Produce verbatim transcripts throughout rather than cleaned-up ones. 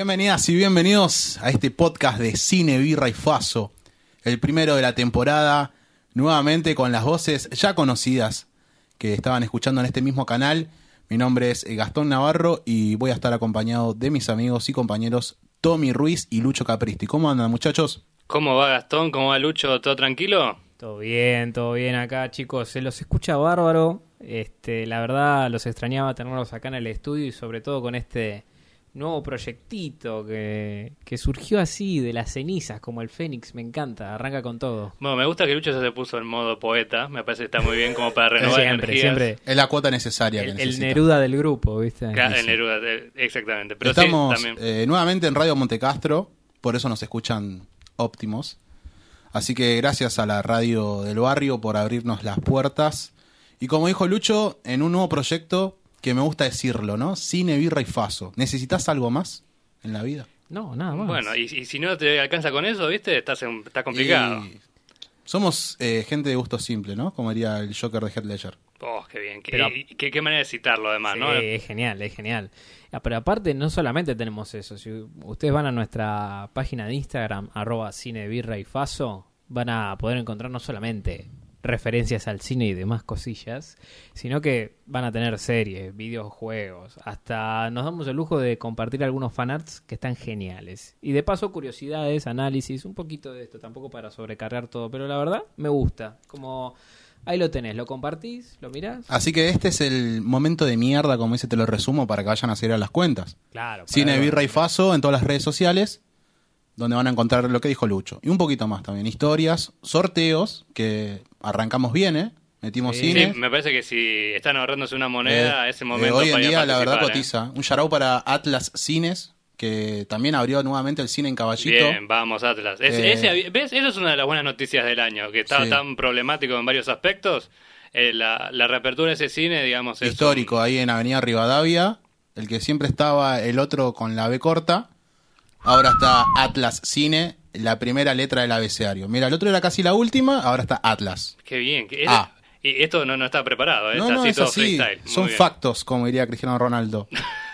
Bienvenidas y bienvenidos a este podcast de Cine, Birra y Faso, el primero de la temporada, nuevamente con las voces ya conocidas que estaban escuchando en este mismo canal. Mi nombre es Gastón Navarro y voy a estar acompañado de mis amigos y compañeros Tommy Ruiz y Lucho Capristi. ¿Cómo andan, muchachos? ¿Cómo va, Gastón? ¿Cómo va, Lucho? ¿Todo tranquilo? Todo bien, todo bien acá, chicos. Se los escucha bárbaro. Este, la verdad, los extrañaba tenerlos acá en el estudio y sobre todo con este nuevo proyectito que, que surgió así de las cenizas, como el Fénix. Me encanta, arranca con todo. Bueno, me gusta que Lucho se puso en modo poeta. Me parece que está muy bien como para renovar siempre, energías. Siempre. Es la cuota necesaria El, que el Neruda del grupo, ¿viste? Claro, el Neruda, exactamente. Pero Estamos sí, también. eh, nuevamente en Radio Montecastro, por eso nos escuchan óptimos. Así que gracias a la radio del barrio por abrirnos las puertas. Y como dijo Lucho, en un nuevo proyecto que me gusta decirlo, ¿no? Cine, Birra y Faso. ¿Necesitas algo más en la vida? No, nada más. Bueno, y, y si no te alcanza con eso, ¿viste? Estás en, está complicado. Y somos eh, gente de gusto simple, ¿no? Como diría el Joker de Heath Ledger. Oh, qué bien. Qué, Pero, y, qué, qué manera de citarlo, además, sí, ¿no? es genial, es genial. Ah, pero aparte, no solamente tenemos eso. Si ustedes van a nuestra página de Instagram, arroba cine, birra y faso, van a poder encontrar no solamente referencias al cine y demás cosillas, sino que van a tener series, videojuegos, hasta nos damos el lujo de compartir algunos fanarts que están geniales. Y de paso, curiosidades, análisis, un poquito de esto, tampoco para sobrecargar todo, pero la verdad, me gusta. Como ahí lo tenés, lo compartís, lo mirás. Así que este es el momento de mierda, como dice, te lo resumo, para que vayan a seguir a las cuentas. Claro. Cine, Birra y Faso en todas las redes sociales, donde van a encontrar lo que dijo Lucho. Y un poquito más también, historias, sorteos, que arrancamos bien, ¿eh? Metimos Sí. cine. Sí, me parece que si están ahorrándose una moneda, Eh, ese momento eh, hoy en para ir a día la verdad participar, cotiza. Un shout out para Atlas Cines, que también abrió nuevamente el cine en ¿eh? Caballito. Bien, vamos, Atlas. Es- Eh, ese- ¿Ves? Eso es una de las buenas noticias del año, que estaba Sí. tan problemático en varios aspectos. Eh, la, la reapertura de ese cine, digamos, es Histórico, un- ahí en Avenida Rivadavia. El que siempre estaba, el otro con la B corta. Ahora está Atlas Cine, la primera letra del abecedario. Mira, el otro era casi la última, ahora está Atlas. Qué bien. Que Ah. Y esto no, no está preparado, ¿eh? No, está no, así es todo así. freestyle. Muy Son bien. factos, como diría Cristiano Ronaldo.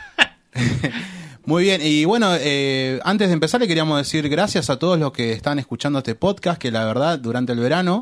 Muy bien, y bueno, eh, antes de empezar le queríamos decir gracias a todos los que están escuchando este podcast, que la verdad durante el verano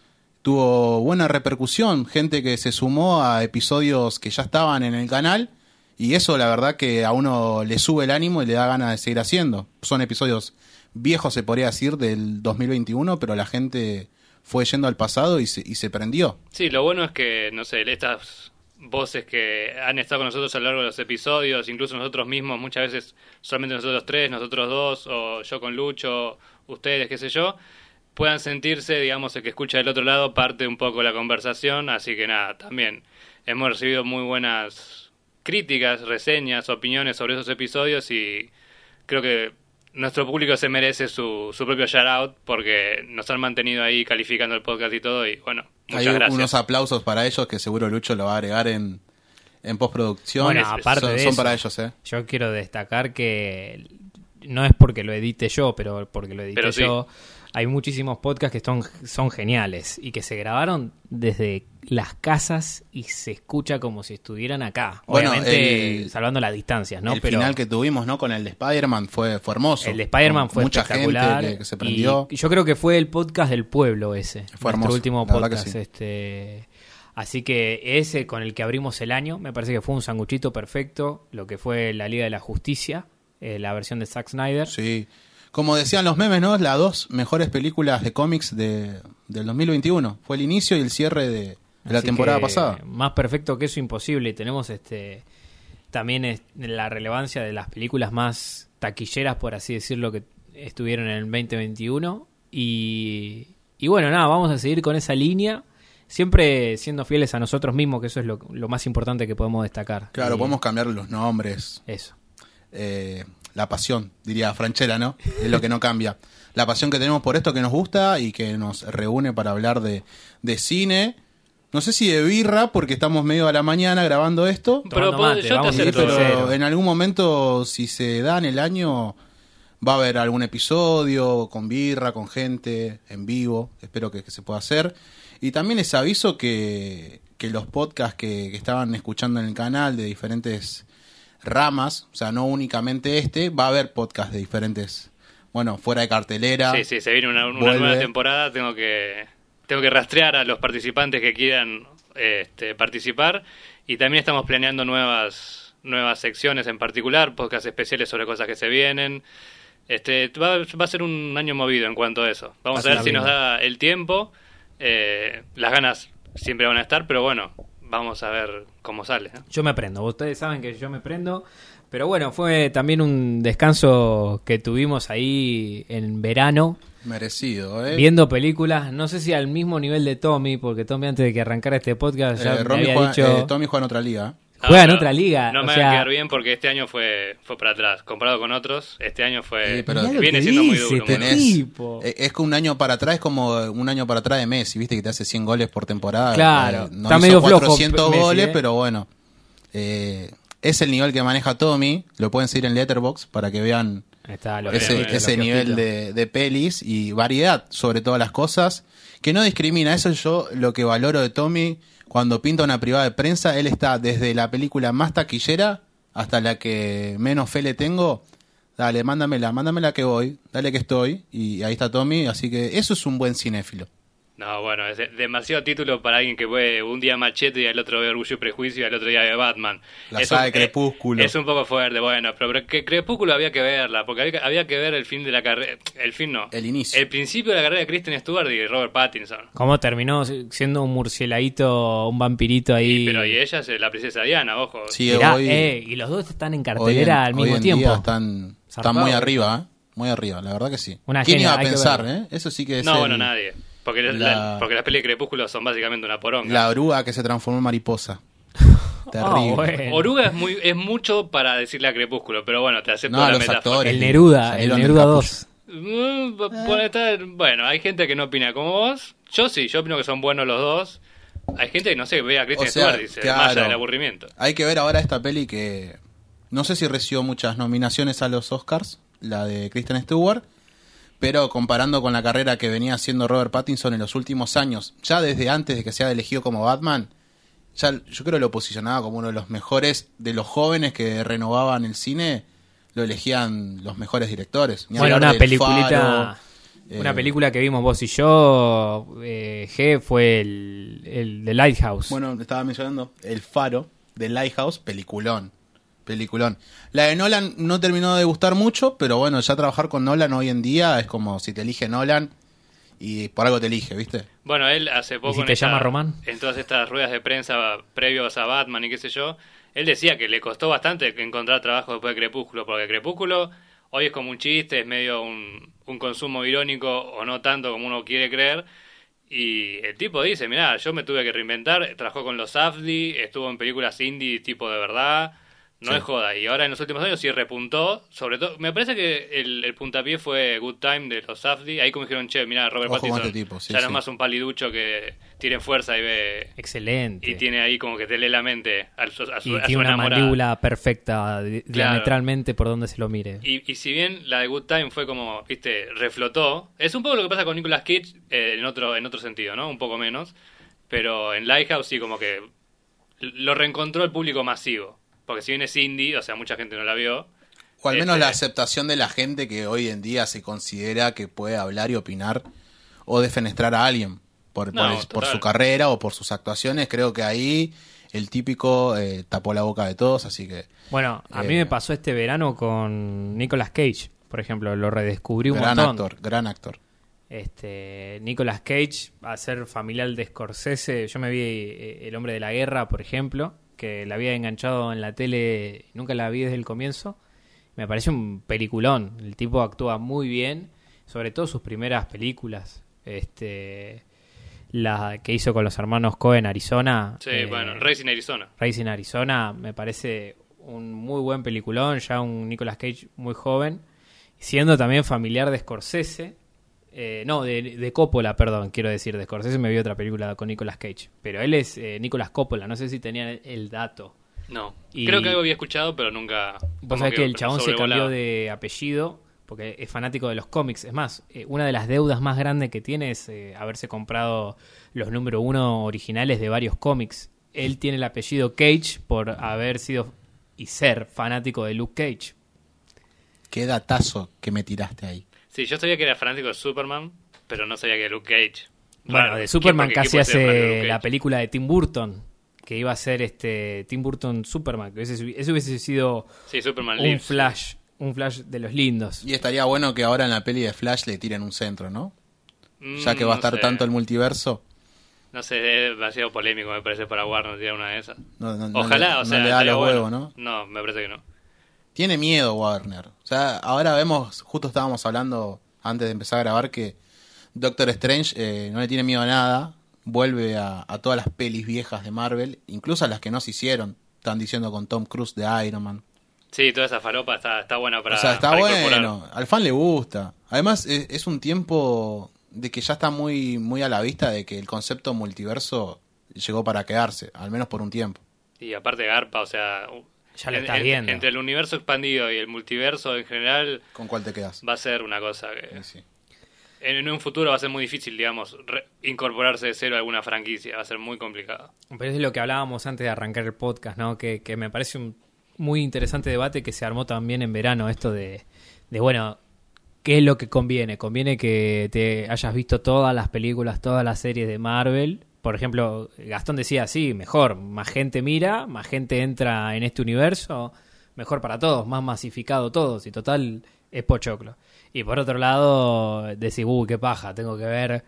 tuvo buena repercusión, gente que se sumó a episodios que ya estaban en el canal, y eso la verdad que a uno le sube el ánimo y le da ganas de seguir haciendo. Son episodios viejos, se podría decir, del dos mil veintiuno, pero la gente fue yendo al pasado y se, y se prendió. Sí, lo bueno es que, no sé, estas voces que han estado con nosotros a lo largo de los episodios, incluso nosotros mismos, muchas veces solamente nosotros tres, nosotros dos, o yo con Lucho, ustedes, qué sé yo, puedan sentirse, digamos, el que escucha del otro lado parte un poco de la conversación. Así que nada, también hemos recibido muy buenas críticas, reseñas, opiniones sobre esos episodios y creo que nuestro público se merece su, su propio shout out porque nos han mantenido ahí calificando el podcast y todo y bueno, muchas Hay gracias. unos aplausos para ellos que seguro Lucho lo va a agregar en, en postproducción. Bueno, Es- aparte son, de son eso, para ellos, ¿eh? Yo quiero destacar que no es porque lo edite yo, pero porque lo edite Pero sí. yo. Hay muchísimos podcasts que son, son geniales y que se grabaron desde las casas y se escucha como si estuvieran acá. Bueno, Obviamente, el- salvando las distancias, ¿no? El Pero final que tuvimos, ¿no? Con el de Spider-Man fue, fue hermoso. el de Spider-Man Con fue mucha espectacular. gente que, que se prendió. Y yo creo que fue el podcast del pueblo ese. Fue nuestro hermoso, último la verdad que podcast. sí. este Así que ese con el que abrimos el año, me parece que fue un sanguchito perfecto. Lo que fue la Liga de la Justicia, eh, la versión de Zack Snyder. Sí. Como decían los memes, ¿no? Las dos mejores películas de cómics de, del dos mil veintiuno. Fue el inicio y el cierre de, de la Así temporada que, pasada. Más perfecto que eso imposible. Y tenemos este también es la relevancia de las películas más taquilleras, por así decirlo, que estuvieron en el veinte veintiuno. Y, y bueno, nada, vamos a seguir con esa línea. Siempre siendo fieles a nosotros mismos, que eso es lo, lo más importante que podemos destacar. Claro, Y podemos cambiar los nombres. Eso. Eh, la pasión, diría Franchella, ¿no? Es lo que no cambia. La pasión que tenemos por esto que nos gusta y que nos reúne para hablar de, de cine. No sé si de birra, porque estamos medio a la mañana grabando esto. Pero Tomando puedo- mate, yo te vamos Sí, acepto. directo al pero cero. en algún momento, si se da en el año, va a haber algún episodio con birra, con gente, en vivo. Espero que, que se pueda hacer. Y también les aviso que, que los podcasts que, que estaban escuchando en el canal de diferentes ramas, o sea, no únicamente este, va a haber podcast de diferentes, bueno, fuera de cartelera. Sí, sí, se viene una, una vuelve. nueva temporada, tengo que tengo que rastrear a los participantes que quieran este, participar, y también estamos planeando nuevas nuevas secciones en particular, podcasts especiales sobre cosas que se vienen. Este va, va a ser un año movido en cuanto a eso. Vamos a ver si nos da el tiempo. Eh, las ganas siempre van a estar, pero bueno, vamos a ver cómo sale, ¿no? Yo me prendo, ustedes saben que yo me prendo, pero bueno, fue también un descanso que tuvimos ahí en verano, Merecido, ¿eh? viendo películas, no sé si al mismo nivel de Tommy, porque Tommy antes de que arrancara este podcast ya Eh, me Romy había juega- dicho... eh, Tommy juega en otra liga. Juega en no, otra liga, No o me sea- va a quedar bien porque este año fue fue para atrás. Comparado con otros, este año fue Sí, pero Mirá lo viene que siendo muy dice, duro. muy tenés- duro. tipo. Eh, Es que un año para atrás es como un año para atrás de Messi, viste que te hace cien goles por temporada. Claro, Eh, no está hizo medio flojo cuatrocientos Messi, goles, eh. pero bueno. Eh, es el nivel que maneja Tommy. Lo pueden seguir en Letterboxd para que vean Ahí está, lo ese, que- bien, ese lo que nivel ojito. de, de pelis y variedad sobre todas las cosas. Que no discrimina. Eso es yo lo que valoro de Tommy. Cuando pinta una privada de prensa, él está desde la película más taquillera hasta la que menos fe le tengo. Dale, mándamela, mándamela que voy, dale que estoy. Y ahí está Tommy, así que eso es un buen cinéfilo. No, bueno, es de- demasiado título para alguien que ve un día Machete y al otro ve Orgullo y Prejuicio y al otro día ve Batman. La Es saga un- de Crepúsculo. Es, es un poco fuerte, bueno, pero, pero que Crepúsculo había que verla, porque había que, había que ver el fin de la carrera, el fin no, El inicio. el principio de la carrera de Kristen Stewart y Robert Pattinson. ¿Cómo terminó siendo un murcielaguito, un vampirito ahí? Y- pero y ella es la princesa Diana, ojo. Sí, Mirá, hoy, eh, y los dos están en hoy en- cartelera al hoy mismo en tiempo. día están, están Zarpado. muy arriba, ¿eh? Muy arriba, la verdad que sí. Una ¿Quién genia, iba a hay que pensar, verlo. eh? Eso sí que es No, el- bueno, nadie. Porque, la, la- porque las pelis de Crepúsculo son básicamente una poronga. la oruga que se transformó en mariposa. Terrible. Ah, bueno. Oruga es muy es mucho para decirle a Crepúsculo, pero bueno, te acepto No, la los metáfora. actores. El Neruda, el Salieron del Neruda capullo. dos. Mm, p- puede estar- bueno, hay gente que no opina como vos. Yo sí, yo opino que son buenos los dos. Hay gente que no sé, ve a Kristen O sea, Stewart y se claro. desmaya del aburrimiento. Hay que ver ahora esta peli que no sé si recibió muchas nominaciones a los Oscars, la de Kristen Stewart, pero comparando con la carrera que venía haciendo Robert Pattinson en los últimos años, ya desde antes de que sea elegido como Batman, ya yo creo que lo posicionaba como uno de los mejores de los jóvenes que renovaban el cine, lo elegían los mejores directores. Ni Bueno, hablar una del peliculita, Faro, una eh, película que vimos vos y yo, eh, G, fue el, el The Lighthouse. Bueno, estaba mencionando El Faro de Lighthouse, peliculón. Peliculón. La de Nolan no terminó de gustar mucho, pero bueno, ya trabajar con Nolan hoy en día es como si te elige Nolan y por algo te elige, ¿viste? Bueno, él hace poco si en, te esta- llama Román? en todas estas ruedas de prensa previos a Batman y qué sé yo, él decía que le costó bastante encontrar trabajo después de Crepúsculo, porque Crepúsculo hoy es como un chiste, es medio un, un consumo irónico o no tanto como uno quiere creer. Y el tipo dice, mirá, yo me tuve que reinventar, trabajó con los Safdie, estuvo en películas indie tipo de verdad, no Sí. es joda. Y ahora en los últimos años sí repuntó, sobre todo, me parece que el, el puntapié fue Good Time de los Safdie, ahí como dijeron, che, mirá, Robert Ojo con Pattinson este tipo, sí, ya no sí. es más un paliducho que tiene fuerza y ve... Excelente. Y tiene ahí como que te lee la mente a su, a su, Y a su tiene una enamorada. mandíbula perfecta, di- Claro. diametralmente por donde se lo mire. Y, y si bien la de Good Time fue como, viste, reflotó, es un poco lo que pasa con Nicolas Cage eh, en otro en otro sentido, ¿no? Un poco menos. Pero en Lighthouse sí como que lo reencontró el público masivo. Porque si bien es indie, o sea, mucha gente no la vio. O al menos Este- la aceptación de la gente que hoy en día se considera que puede hablar y opinar o defenestrar a alguien por, No, por, el- por total. su carrera o por sus actuaciones. Creo que ahí el típico eh, tapó la boca de todos, así que Bueno, a Eh, mí me pasó este verano con Nicolas Cage, por ejemplo, lo redescubrí un gran montón. actor, gran actor. Este, Nicolas Cage, a ser familiar de Scorsese, yo me vi eh, El hombre de la guerra, por ejemplo, que la había enganchado en la tele, nunca la vi desde el comienzo. Me parece un peliculón, el tipo actúa muy bien, sobre todo sus primeras películas, este, la que hizo con los hermanos Coen, Arizona. Sí, eh, bueno, Racing Arizona. Racing Arizona me parece un muy buen peliculón, ya un Nicolas Cage muy joven, siendo también familiar de Scorsese, eh, no, de, de Coppola, perdón, quiero decir, de Scorsese me vi otra película con Nicolas Cage, pero él es eh, Nicolas Coppola, no sé si tenían el, el dato. No, Y- creo que algo había escuchado, pero nunca... Vos como sabés que el chabón se sobrevolaba. cambió de apellido porque es fanático de los cómics. Es más, eh, una de las deudas más grandes que tiene es eh, haberse comprado los número uno originales de varios cómics. Él tiene el apellido Cage por haber sido y ser fanático de Luke Cage. Qué datazo que me tiraste ahí. Sí, yo sabía que era fanático de Superman, pero no sabía que era Luke Cage. Bueno, Raro. de Superman ¿Quién- casi quién puede ser fanático de hace Luke la Cage? película de Tim Burton, que iba a ser este Tim Burton Superman, que ese, ese hubiese sido Sí, Superman un Lives. flash, un flash de los lindos. Y estaría bueno que ahora en la peli de Flash le tiren un centro, ¿no? Mm, Ya que va a no estar sé. tanto el multiverso. No sé, es demasiado polémico me parece para Warner tirar una de esas. No, no- no Ojalá, le, o no sea, le da estaría los bueno. huevos, ¿no? No, me parece que no. Tiene miedo Warner. O sea, ahora vemos, justo estábamos hablando antes de empezar a grabar que Doctor Strange eh, no le tiene miedo a nada. Vuelve a, a todas las pelis viejas de Marvel, incluso a las que no se hicieron. Están diciendo con Tom Cruise de Iron Man. Sí, toda esa faropa está, está buena para O sea, está para incorporar. bueno. Al fan le gusta. Además, es, es un tiempo de que ya está muy, muy a la vista de que el concepto multiverso llegó para quedarse, al menos por un tiempo. Y aparte Garpa, o sea... Ya lo en- estás en- viendo. Entre el universo expandido y el multiverso en general ¿Con cuál te quedas? va a ser una cosa que... Sí, sí. En, en un futuro va a ser muy difícil, digamos, re- incorporarse de cero a alguna franquicia. Va a ser muy complicado. Pero es lo que hablábamos antes de arrancar el podcast, ¿no? Que, que me parece un muy interesante debate que se armó también en verano, esto de, de, bueno, ¿qué es lo que conviene? ¿Conviene que te hayas visto todas las películas, todas las series de Marvel? Por ejemplo, Gastón decía, sí, mejor, más gente mira, más gente entra en este universo, mejor para todos, más masificado todos, y total es pochoclo. Y por otro lado, decís, uy, qué paja, tengo que ver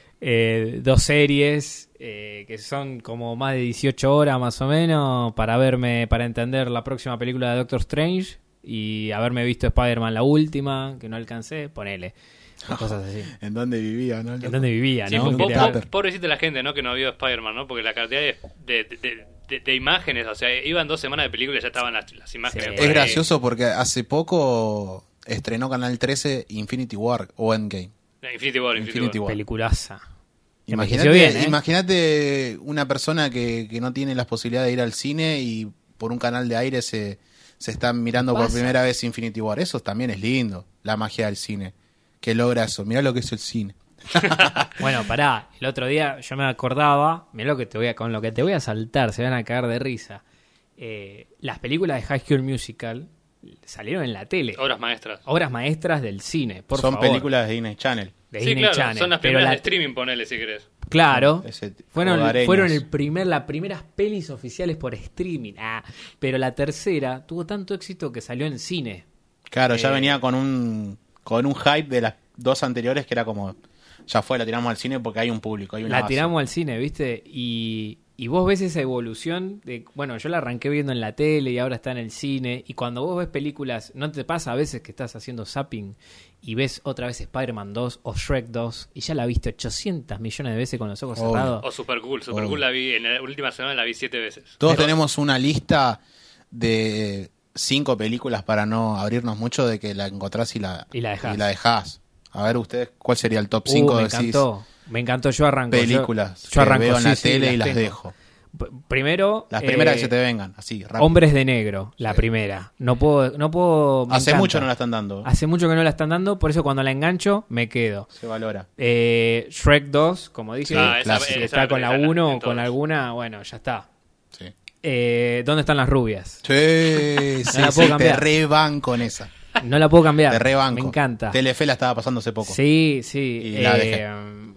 eh, dos series eh, que son como más de dieciocho horas más o menos para verme, para entender la próxima película de Doctor Strange y haberme visto Spider-Man la última, que no alcancé, ponele. O cosas así. ¿En dónde vivía, no? En dónde vivía, Sí, ¿no? po- po- Quería- Tupper. pobrecita la gente, ¿no? Que no vio Spider-Man, ¿no? Porque la cantidad de, de, de- de- de imágenes, o sea, iban dos semanas de película y ya estaban las, las imágenes. Sí. por Es ahí. gracioso porque hace poco estrenó Canal trece Infinity War o Endgame. Infinity War, Infinity, Infinity War. War. Peliculaza. Imagínate, envejeció bien, ¿eh? imagínate una persona que, que no tiene las posibilidades de ir al cine y por un canal de aire se, se está mirando por Pasa. primera vez Infinity War. Eso también es lindo, la magia del cine. Que logra eso. Mirá lo que es el cine. Bueno, pará, el otro día yo me acordaba, mirá lo que te voy a, con lo que te voy a saltar, se van a caer de risa. Eh, las películas de High School Musical salieron en la tele. Obras maestras. Obras maestras del cine, por Son favor. películas de Disney Channel. de Sí, Disney claro, Channel. son las Pero primeras la- de streaming, ponele si querés. Claro, Ese- fueron, hogareñas. fueron el primer, las primeras pelis oficiales por streaming. Ah, pero la tercera tuvo tanto éxito que salió en cine. Claro, ya Eh, venía con un con un hype de las dos anteriores que era como, ya fue, la tiramos al cine porque hay un público, hay una La base. tiramos al cine, ¿viste? Y, y vos ves esa evolución de, bueno, yo la arranqué viendo en la tele y ahora está en el cine. Y cuando vos ves películas, ¿no te pasa a veces que estás haciendo zapping y ves otra vez Spider-Man dos o Shrek dos y ya la viste ochocientos millones de veces con los ojos Obvio. cerrados? O Super Cool. Super Obvio. Cool la vi, en la última semana la vi siete veces. Todos Pero- tenemos una lista de cinco películas para no abrirnos mucho de que la encontrás y la, Y la dejás. y la dejás. A ver ustedes, ¿cuál sería el top Uh, cinco me de decís encantó, me encantó, yo arranco. yo- películas yo, que arranco, veo en sí, la sí, tele y las tengo. dejo? P- Primero, Las primeras eh, que se te vengan, así, rápido. Hombres de Negro, la Sí. primera. No puedo, no puedo. me Hace encanta. mucho no la están dando. Hace mucho que no la están dando, por eso cuando la engancho me quedo. Se valora. Eh, Shrek dos, como dije, Ah, esa- clásico. si esa está la con la película, uno en o con todas. alguna, bueno, ya está. Sí. Eh, ¿Dónde están las rubias? Sí, sí, la sí, puedo te cambiar. rebanco en esa. No la puedo cambiar. Te rebanco. Me encanta. Telefe la estaba pasando hace poco. Sí, sí. Y la Eh, dejé.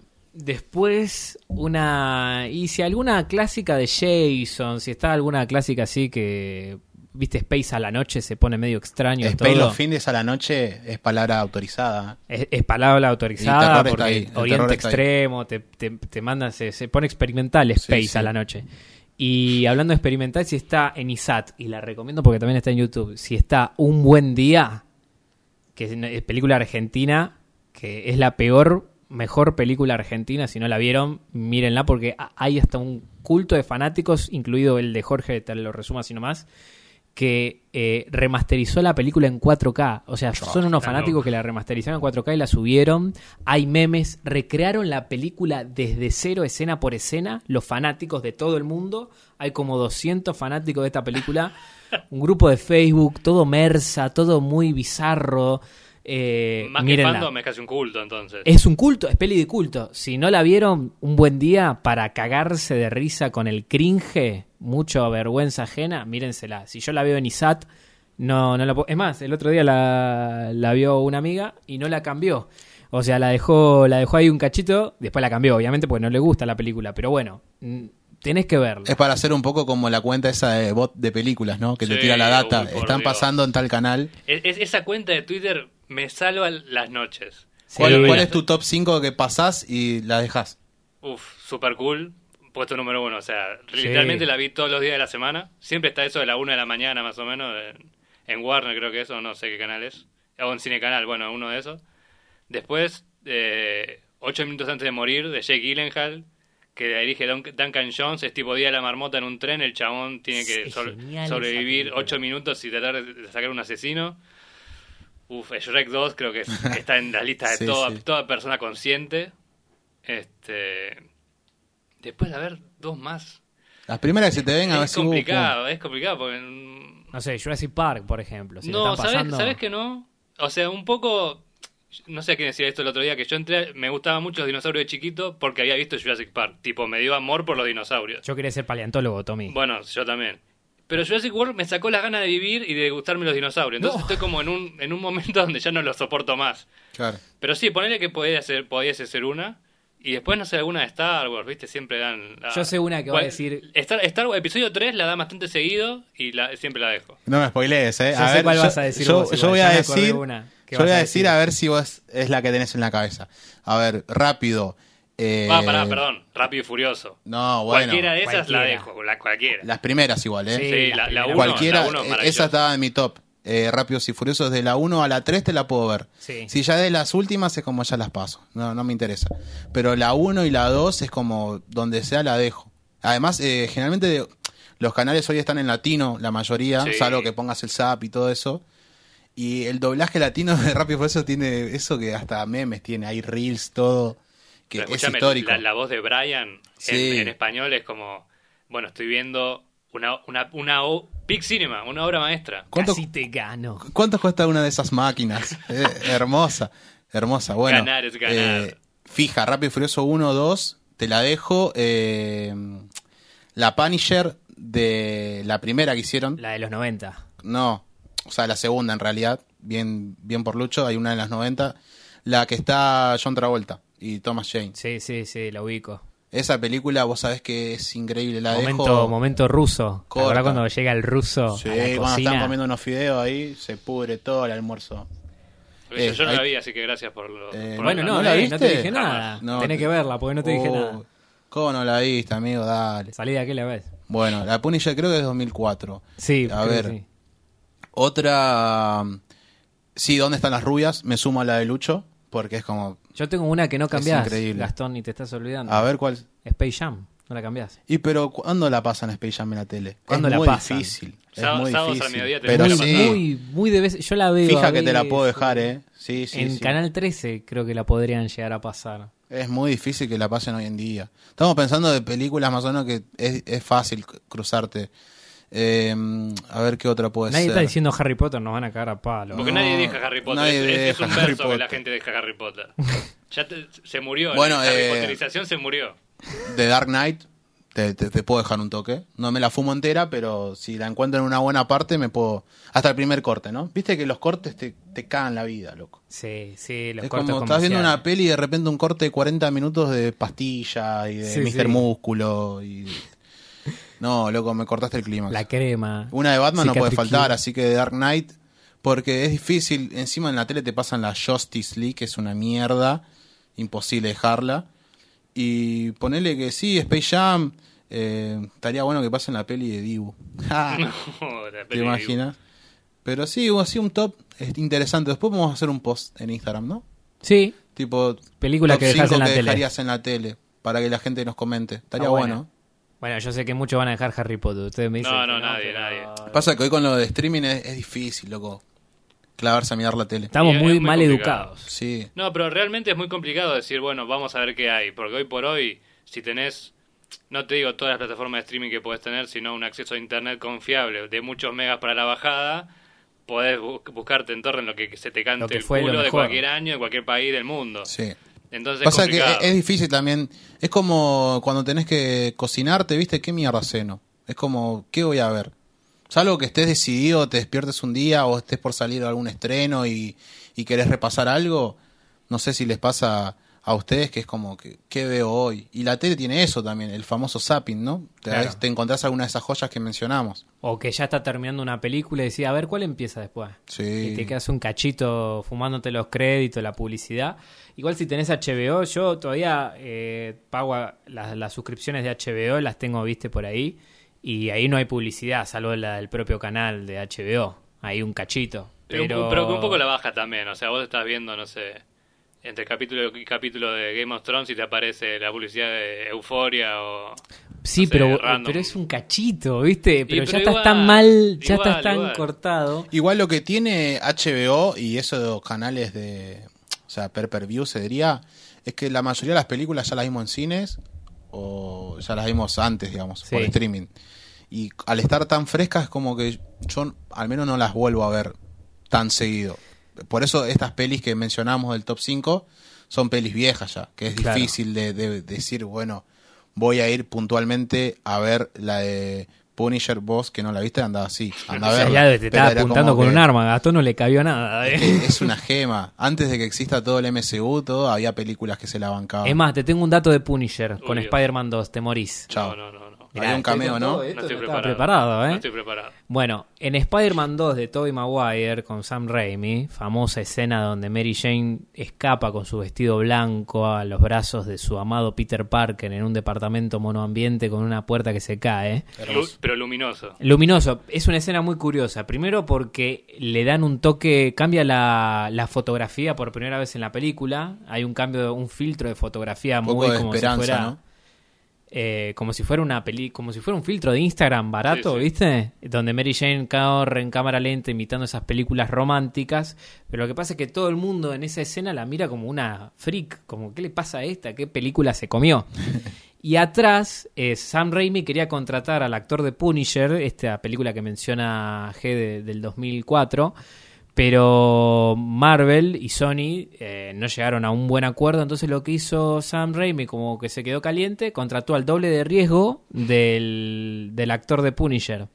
Después, una. Y si alguna clásica de Jason, si está alguna clásica así que. Viste, Space a la noche se pone medio extraño. Space todo. los fines a la noche es palabra autorizada. Es, es palabra El autorizada terror está porque ahí, el terror Oriente está ahí. Extremo te, te, te manda, se, se pone experimental Space Sí, sí. a la noche. Y hablando de experimental, si está en I S A T, y la recomiendo porque también está en YouTube, si está Un Buen Día, que es una- es película argentina, que es la peor, mejor película argentina, si no la vieron, mírenla porque ha- hay hasta un culto de fanáticos, incluido el de Jorge, te lo resumo así nomás, que eh, remasterizó la película en cuatro K. O sea, son unos está fanáticos loco. que la remasterizaron en cuatro K y la subieron. Hay memes, recrearon la película desde cero, escena por escena, los fanáticos de todo el mundo. Hay como doscientos fanáticos de esta película. Un grupo de Facebook, todo mersa, todo muy bizarro. Eh, Más que mírenla. fandom es casi un culto, entonces. Es un culto, es peli de culto. Si no la vieron, un buen día para cagarse de risa con el cringe, mucho vergüenza ajena, mírensela. Si yo la veo en I S A T, no, no la puedo... Es más, el otro día la, la vio una amiga y no la cambió. O sea, la dejó, la dejó ahí un cachito, después la cambió, obviamente, porque no le gusta la película. Pero bueno, mm, tenés que verla. Es para hacer un poco como la cuenta esa de bot de películas, ¿no? Que te Sí, tira la data. uy, por Están Dios. pasando en tal canal. Es- es- esa cuenta de Twitter me salva las noches. Sí. ¿Cuál, Mira. cuál es tu top cinco que pasás y la dejás? Uf, super cool. Puesto número uno. O sea, Sí. literalmente la vi todos los días de la semana. Siempre está eso de la una de la mañana, más o menos. En, en Warner, creo que eso. No sé qué canal es. O en Cine Canal, bueno, uno de esos. Después, eh, ocho minutos antes de morir, de Jake Gyllenhaal, que la dirige Dun- Duncan Jones. Es tipo Día de la Marmota en un tren. El chabón tiene que Es sol- genial esa sobrevivir película. ocho minutos y tratar de, de sacar un asesino. Uf, Shrek dos creo que, es- que está en la lista de Sí, toda, sí. toda persona consciente. Este... Después, a ver, dos más. Las primeras que se te ven a ver Es si... uh, complicado, es complicado porque... mm, No sé, Jurassic Park, por ejemplo. Si no, le están ¿sabes, pasando... ¿sabes que no? O sea, un poco... No sé a quién decía esto el otro día, que yo entré, me gustaban mucho los dinosaurios de chiquito porque había visto Jurassic Park. Tipo, me dio amor por los dinosaurios. Yo quería ser paleontólogo, Tommy. Bueno, yo también. Pero Jurassic World me sacó las ganas de vivir y de gustarme los dinosaurios. Entonces No. estoy como en un, en un momento donde ya no los soporto más. Claro. Pero sí, ponele que podía ser, pudiese ser una. Y después, no sé, alguna de Star Wars, ¿viste? Siempre dan... la- Yo sé una que va a Bueno, decir... Star, Star Wars, episodio tres la da bastante seguido y la, siempre la dejo. No me spoilees, ¿eh? Yo A sé ver, cuál yo, vas a decir yo, vos, yo igual, voy ya a me acordé decir... una que Yo vas voy a a decir decir. a ver si vos es la que tenés en la cabeza. A ver, rápido. Eh, Ah, pará, perdón. Rápido y Furioso. No, bueno. Cualquiera de esas la cualquiera. dejo, la, cualquiera. Las primeras igual, ¿eh? Sí, Sí, las la, la primeras. uno, Cualquiera, la uno, eh, maravillosa. esa estaba en mi top. Eh, Rápidos y Furiosos, de la uno a la tres te la puedo ver. Sí. Si ya de las últimas es como ya las paso. No, no me interesa. Pero la uno y la dos es como donde sea la dejo. Además, eh, generalmente los canales hoy están en latino, la mayoría, Sí. salvo que pongas el zap y todo eso. Y el doblaje latino de Rápido y Furioso tiene eso que hasta memes tiene, hay reels, todo, que Pero es escúchame, histórico. La, la voz de Brian Sí. en, en español es como... Bueno, estoy viendo una, una, una o- Big Cinema, una obra maestra. ¿Cuánto, Casi te gano. ¿Cuánto cuesta una de esas máquinas? Eh, hermosa, hermosa. Bueno, Ganar es ganar. eh, fija, Rápido y Furioso uno, dos, te la dejo. eh, la Punisher de la primera que hicieron. La de los noventa. No, o sea, la segunda en realidad. Bien, bien por Lucho, hay una en las noventa. La que está John Travolta y Thomas Jane. Sí, sí, sí, la ubico. Esa película, vos sabés que es increíble. La Momento, dejo. momento ruso. ¿Te corta. acordás cuando llega el ruso Sí, a la cuando cocina? están comiendo unos fideos ahí, se pudre todo el almuerzo. Porque yo, Eh, yo no hay- la vi, así que gracias por... Lo, Eh, por Bueno, hablar. no, ¿No la eh, no te viste? dije nada. No, Tenés te- que verla porque no te dije Uh, nada. ¿Cómo no la viste, amigo? Dale. Salí de aquí la vez. Bueno, la Punisher creo que es dos mil cuatro. Sí, A creo ver. que sí. Otra... Sí, ¿dónde están las rubias? Me sumo a la de Lucho, porque es como... Yo tengo una que no cambiás, increíble. Gastón, y te estás olvidando. A ver cuál... Space Jam, no la cambiás. Y pero ¿cuándo la pasan Space Jam en la tele? ¿Cuándo es la muy pasan? difícil. Es Sábado- muy sábados al difícil. mediodía te Pero la muy, sí, pasan. muy, muy de vez. Yo la veo. fija a que te la puedo veces. dejar, ¿eh? Sí, sí, en sí. Canal trece creo que la podrían llegar a pasar. Es muy difícil que la pasen hoy en día. Estamos pensando de películas más o menos que es, es fácil c- cruzarte. Eh, a ver qué otra puede Nadie ser. está diciendo Harry Potter, nos van a cagar a palo. Porque No, nadie deja Harry Potter. nadie es, es- es deja un Harry verso que la Potter. gente deja Harry Potter. Ya te- se murió. Bueno, la Harry eh, Potterización se murió. De Dark Knight, te, te, te puedo dejar un toque. No me la fumo entera, pero si la encuentro en una buena parte, me puedo. Hasta el primer corte, ¿no? Viste que los cortes te, te cagan la vida, loco. Sí, sí, los Es cortes como estás viendo comerciales. una peli y de repente un corte de cuarenta minutos de pastilla y de Sí, mister sí. Músculo. Y... No, loco, me cortaste el clima. La crema. Una de Batman no puede Cicatricure. faltar, así que de Dark Knight, porque es difícil. Encima en la tele te pasan la Justice League, que es una mierda, imposible dejarla. Y ponele que sí, Space Jam, eh, estaría bueno que pasen la peli de Dibu. Ja, No, la ¿Te peli de- imaginas? Pero sí, hubo así un top es interesante. Después vamos a hacer un post en Instagram, ¿no? Sí, Tipo, película top que dejas cinco en la que tele. dejarías en la tele, para que la gente nos comente. Estaría Está buena. bueno. Bueno, yo sé que muchos van a dejar Harry Potter. Ustedes me dicen No, que no, nadie, pero- nadie. Pasa que hoy con lo de streaming es, es difícil, loco. Clavarse a mirar la tele. Estamos Sí, es muy muy mal complicado. educados. Sí. No, pero realmente es muy complicado decir, bueno, vamos a ver qué hay. Porque hoy por hoy, si tenés, no te digo todas las plataformas de streaming que podés tener, sino un acceso a internet confiable de muchos megas para la bajada, podés bu- buscarte en torno en lo que se te Lo cante que el fue lo culo de mejor. cualquier año, de cualquier país del mundo. Sí. Entonces Pasa es que es, complicado. es difícil también. Es como cuando tenés que cocinarte, ¿viste? ¿Qué mierda ceno? Es como, ¿qué voy a ver? Salvo que estés decidido, te despiertes un día o estés por salir a algún estreno y, y querés repasar algo. No sé si les pasa a ustedes que es como, que, ¿qué veo hoy? Y la tele tiene eso también, el famoso zapping, ¿no? Te, Claro. te encontrás alguna de esas joyas que mencionamos. O que ya está terminando una película y decís, a ver, ¿cuál empieza después? Sí. Y te quedas un cachito fumándote los créditos, la publicidad. Igual si tenés H B O, yo todavía eh, pago a- las, las suscripciones de H B O, las tengo, viste, por ahí. Y ahí no hay publicidad, salvo la del propio canal de H B O. Hay un cachito. Pero, Pero, un, pero un poco la baja también. O sea, vos estás viendo, no sé, entre capítulo y capítulo de Game of Thrones y te aparece la publicidad de Euphoria o... Sí, no sé, pero, random. pero es un cachito, ¿viste? Pero ya pero estás igual, tan mal, ya igual, estás tan igual. cortado. Igual lo que tiene H B O y esos canales de, o sea, per per view se diría, es que la mayoría de las películas ya las vimos en cines o ya las vimos antes, digamos, Sí. por streaming. Y al estar tan frescas es como que yo al menos no las vuelvo a ver tan seguido. Por eso estas pelis que mencionamos del top cinco son pelis viejas ya, que es Claro. difícil de, de decir, bueno, voy a ir puntualmente a ver la de Punisher. Vos que no la viste, andaba así, anda a O sea, verla. ya te Pero estaba era apuntando como con que- un arma, Gastón no le cabió nada. ¿eh? es que es una gema. Antes de que exista todo el M C U, todo, había películas que se la bancaban. Es más, te tengo un dato de Punisher con Uy, Dios. Spider-Man dos, te morís. Chao. No, no, no, no. Había un cameo, ¿no? No estoy preparado. preparado, ¿eh? No estoy preparado. Bueno, en Spider-Man dos de Tobey Maguire con Sam Raimi, famosa escena donde Mary Jane escapa con su vestido blanco a los brazos de su amado Peter Parker en un departamento monoambiente con una puerta que se cae. Lu- pero luminoso. Luminoso, es una escena muy curiosa. Primero porque le dan un toque, cambia la, la fotografía por primera vez en la película. Hay un cambio, un filtro de fotografía Un poco muy de como esperanza, si fuera, ¿no? eh, como si fuera una peli, como si fuera un filtro de Instagram barato, Sí, sí. ¿viste? Donde Mary Jane corre en cámara lenta imitando esas películas románticas. Pero lo que pasa es que todo el mundo en esa escena la mira como una freak, como ¿qué le pasa a esta? ¿Qué película se comió? Y atrás, eh, Sam Raimi quería contratar al actor de Punisher, esta película que menciona G de- del dos mil cuatro, pero Marvel y Sony eh, no llegaron a un buen acuerdo. Entonces lo que hizo Sam Raimi, como que se quedó caliente, contrató al doble de riesgo del, del actor de Punisher.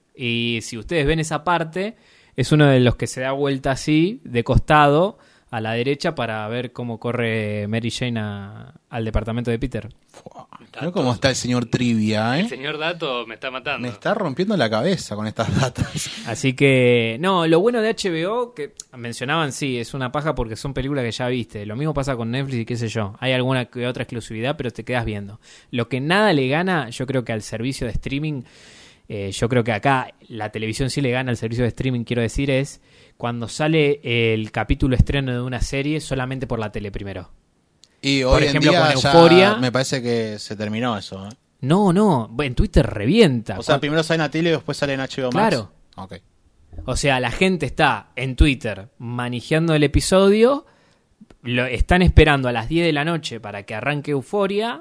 Y si ustedes ven esa parte, es uno de los que se da vuelta así, de costado, a la derecha, para ver cómo corre Mary Jane a- al departamento de Peter. Creo cómo está el señor Trivia, El ¿eh? señor Dato me está matando. Me está rompiendo la cabeza con estas datas. Así que, no, lo bueno de H B O, que mencionaban, sí, es una paja porque son películas que ya viste. Lo mismo pasa con Netflix y qué sé yo. Hay alguna que otra exclusividad, pero te quedas viendo. Lo que nada le gana, yo creo que al servicio de streaming, eh, yo creo que acá la televisión sí le gana al servicio de streaming, quiero decir, es cuando sale el capítulo estreno de una serie solamente por la tele primero. Y Por hoy ejemplo, en día con ya Euphoria- me parece que se terminó eso, ¿eh? No, no, en Twitter revienta. O sea, primero sale en la tele y después sale en H B O Max. Claro. Ok. O sea, la gente está en Twitter manejando el episodio, lo están esperando a las diez de la noche para que arranque Euphoria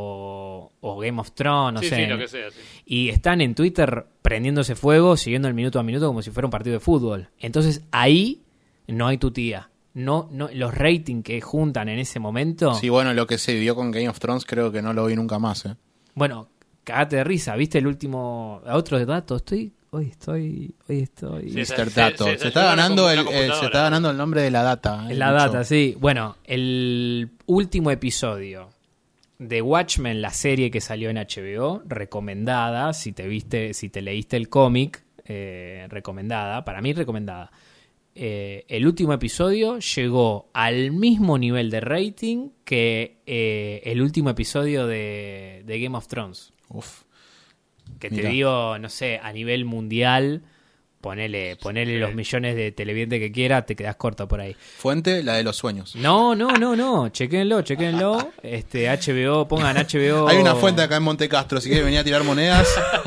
o, o Game of Thrones, no sí, sé. sí, lo que sea. Sí. Y están en Twitter prendiéndose fuego, siguiendo el minuto a minuto como si fuera un partido de fútbol. Entonces ahí no hay tu tía. No, no, los ratings que juntan en ese momento. Sí, bueno, lo que se vivió con Game of Thrones creo que no lo vi nunca más, ¿eh? Bueno, cagate de risa, ¿viste el último otro dato? Estoy hoy estoy hoy estoy Sí, mister se- Dato. se- Se, se está ayuda ganando una el, computadora. eh, se está ganando el nombre de la data. ¿eh? la Mucho. data, sí. Bueno, el último episodio de Watchmen, la serie que salió en H B O, recomendada, si te viste, si te leíste el cómic, eh, recomendada, para mí recomendada. Eh, el último episodio llegó al mismo nivel de rating que eh, el último episodio de, de Game of Thrones. Uf. Que te Mirá. digo, no sé, a nivel mundial, ponele, ponele Sí. los millones de televidentes que quiera, te quedas corto por ahí. Fuente, la de los sueños. No, no, no, no, chequénlo, chequénlo. Este, H B O, pongan H B O. Hay una fuente acá en Monte Castro, si quieres venir a tirar monedas.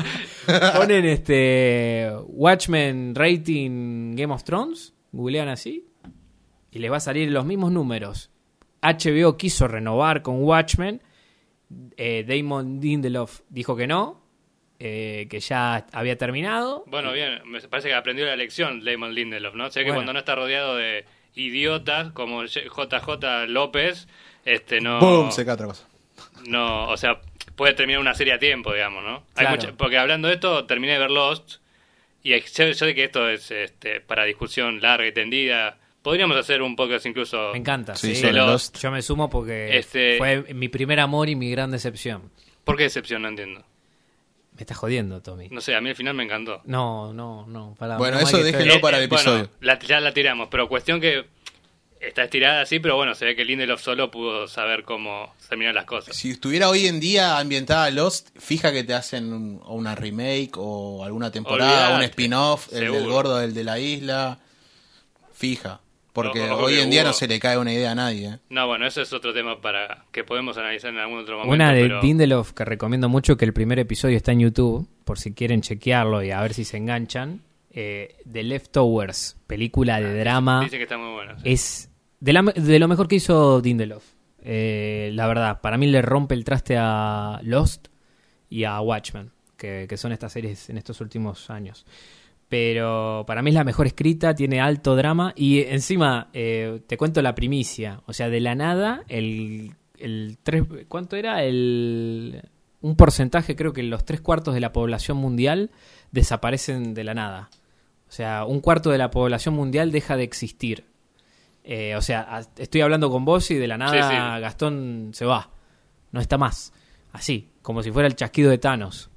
Ponen este Watchmen Rating Game of Thrones, googlean así, y les va a salir los mismos números. H B O quiso renovar con Watchmen, eh, Damon Lindelof dijo que no, eh, que ya había terminado. Bueno, bien, me parece que aprendió la lección Damon Lindelof, ¿no? Sé que Bueno. cuando no está rodeado de idiotas como J J López, este no... ¡Bum! Se cae otra cosa. No, o sea, puede terminar una serie a tiempo, digamos, ¿no? Hay Claro. mucha- porque hablando de esto, terminé de ver Lost, y hay- yo, yo sé que esto es este, para discusión larga y tendida. Podríamos hacer un podcast incluso... Me encanta. Sí, Sí, sobre Lost. Lost. Yo me sumo porque Este- fue mi primer amor y mi gran decepción. ¿Por qué decepción? No entiendo. Me estás jodiendo, Tommy. No sé, a mí al final me encantó. No, no, no. Para, Bueno, menos eso mal que déjenlo estoy- para el bueno, episodio. la- ya la tiramos, pero cuestión que está estirada así, pero bueno, se ve que Lindelof solo pudo saber cómo terminar las cosas. Si estuviera hoy en día ambientada Lost, fija que te hacen un- o una remake o alguna temporada, Olvidate. un spin-off, el del Seguro. gordo, el de la isla. Fija. Porque Ojo hoy que en día hubo- no se le cae una idea a nadie. ¿eh? No, bueno, eso es otro tema para que podemos analizar en algún otro momento. Una de pero... Lindelof que recomiendo mucho, que el primer episodio está en YouTube, por si quieren chequearlo y a ver si se enganchan. Eh, The Leftovers, película de drama. Dicen que está muy bueno. sí. Es de, la- de lo mejor que hizo Lindelof. Eh, la verdad, para mí le rompe el traste a Lost y a Watchmen, que, que son estas series en estos últimos años. Pero para mí es la mejor escrita, tiene alto drama y encima eh, te cuento la primicia. O sea, de la nada, el, el tres, ¿cuánto era? El, un porcentaje, creo que los tres cuartos de la población mundial desaparecen de la nada. O sea, un cuarto de la población mundial deja de existir. Eh, o sea, a- estoy hablando con vos y de la nada Sí, sí. Gastón se va. No está más. Así, como si fuera el chasquido de Thanos.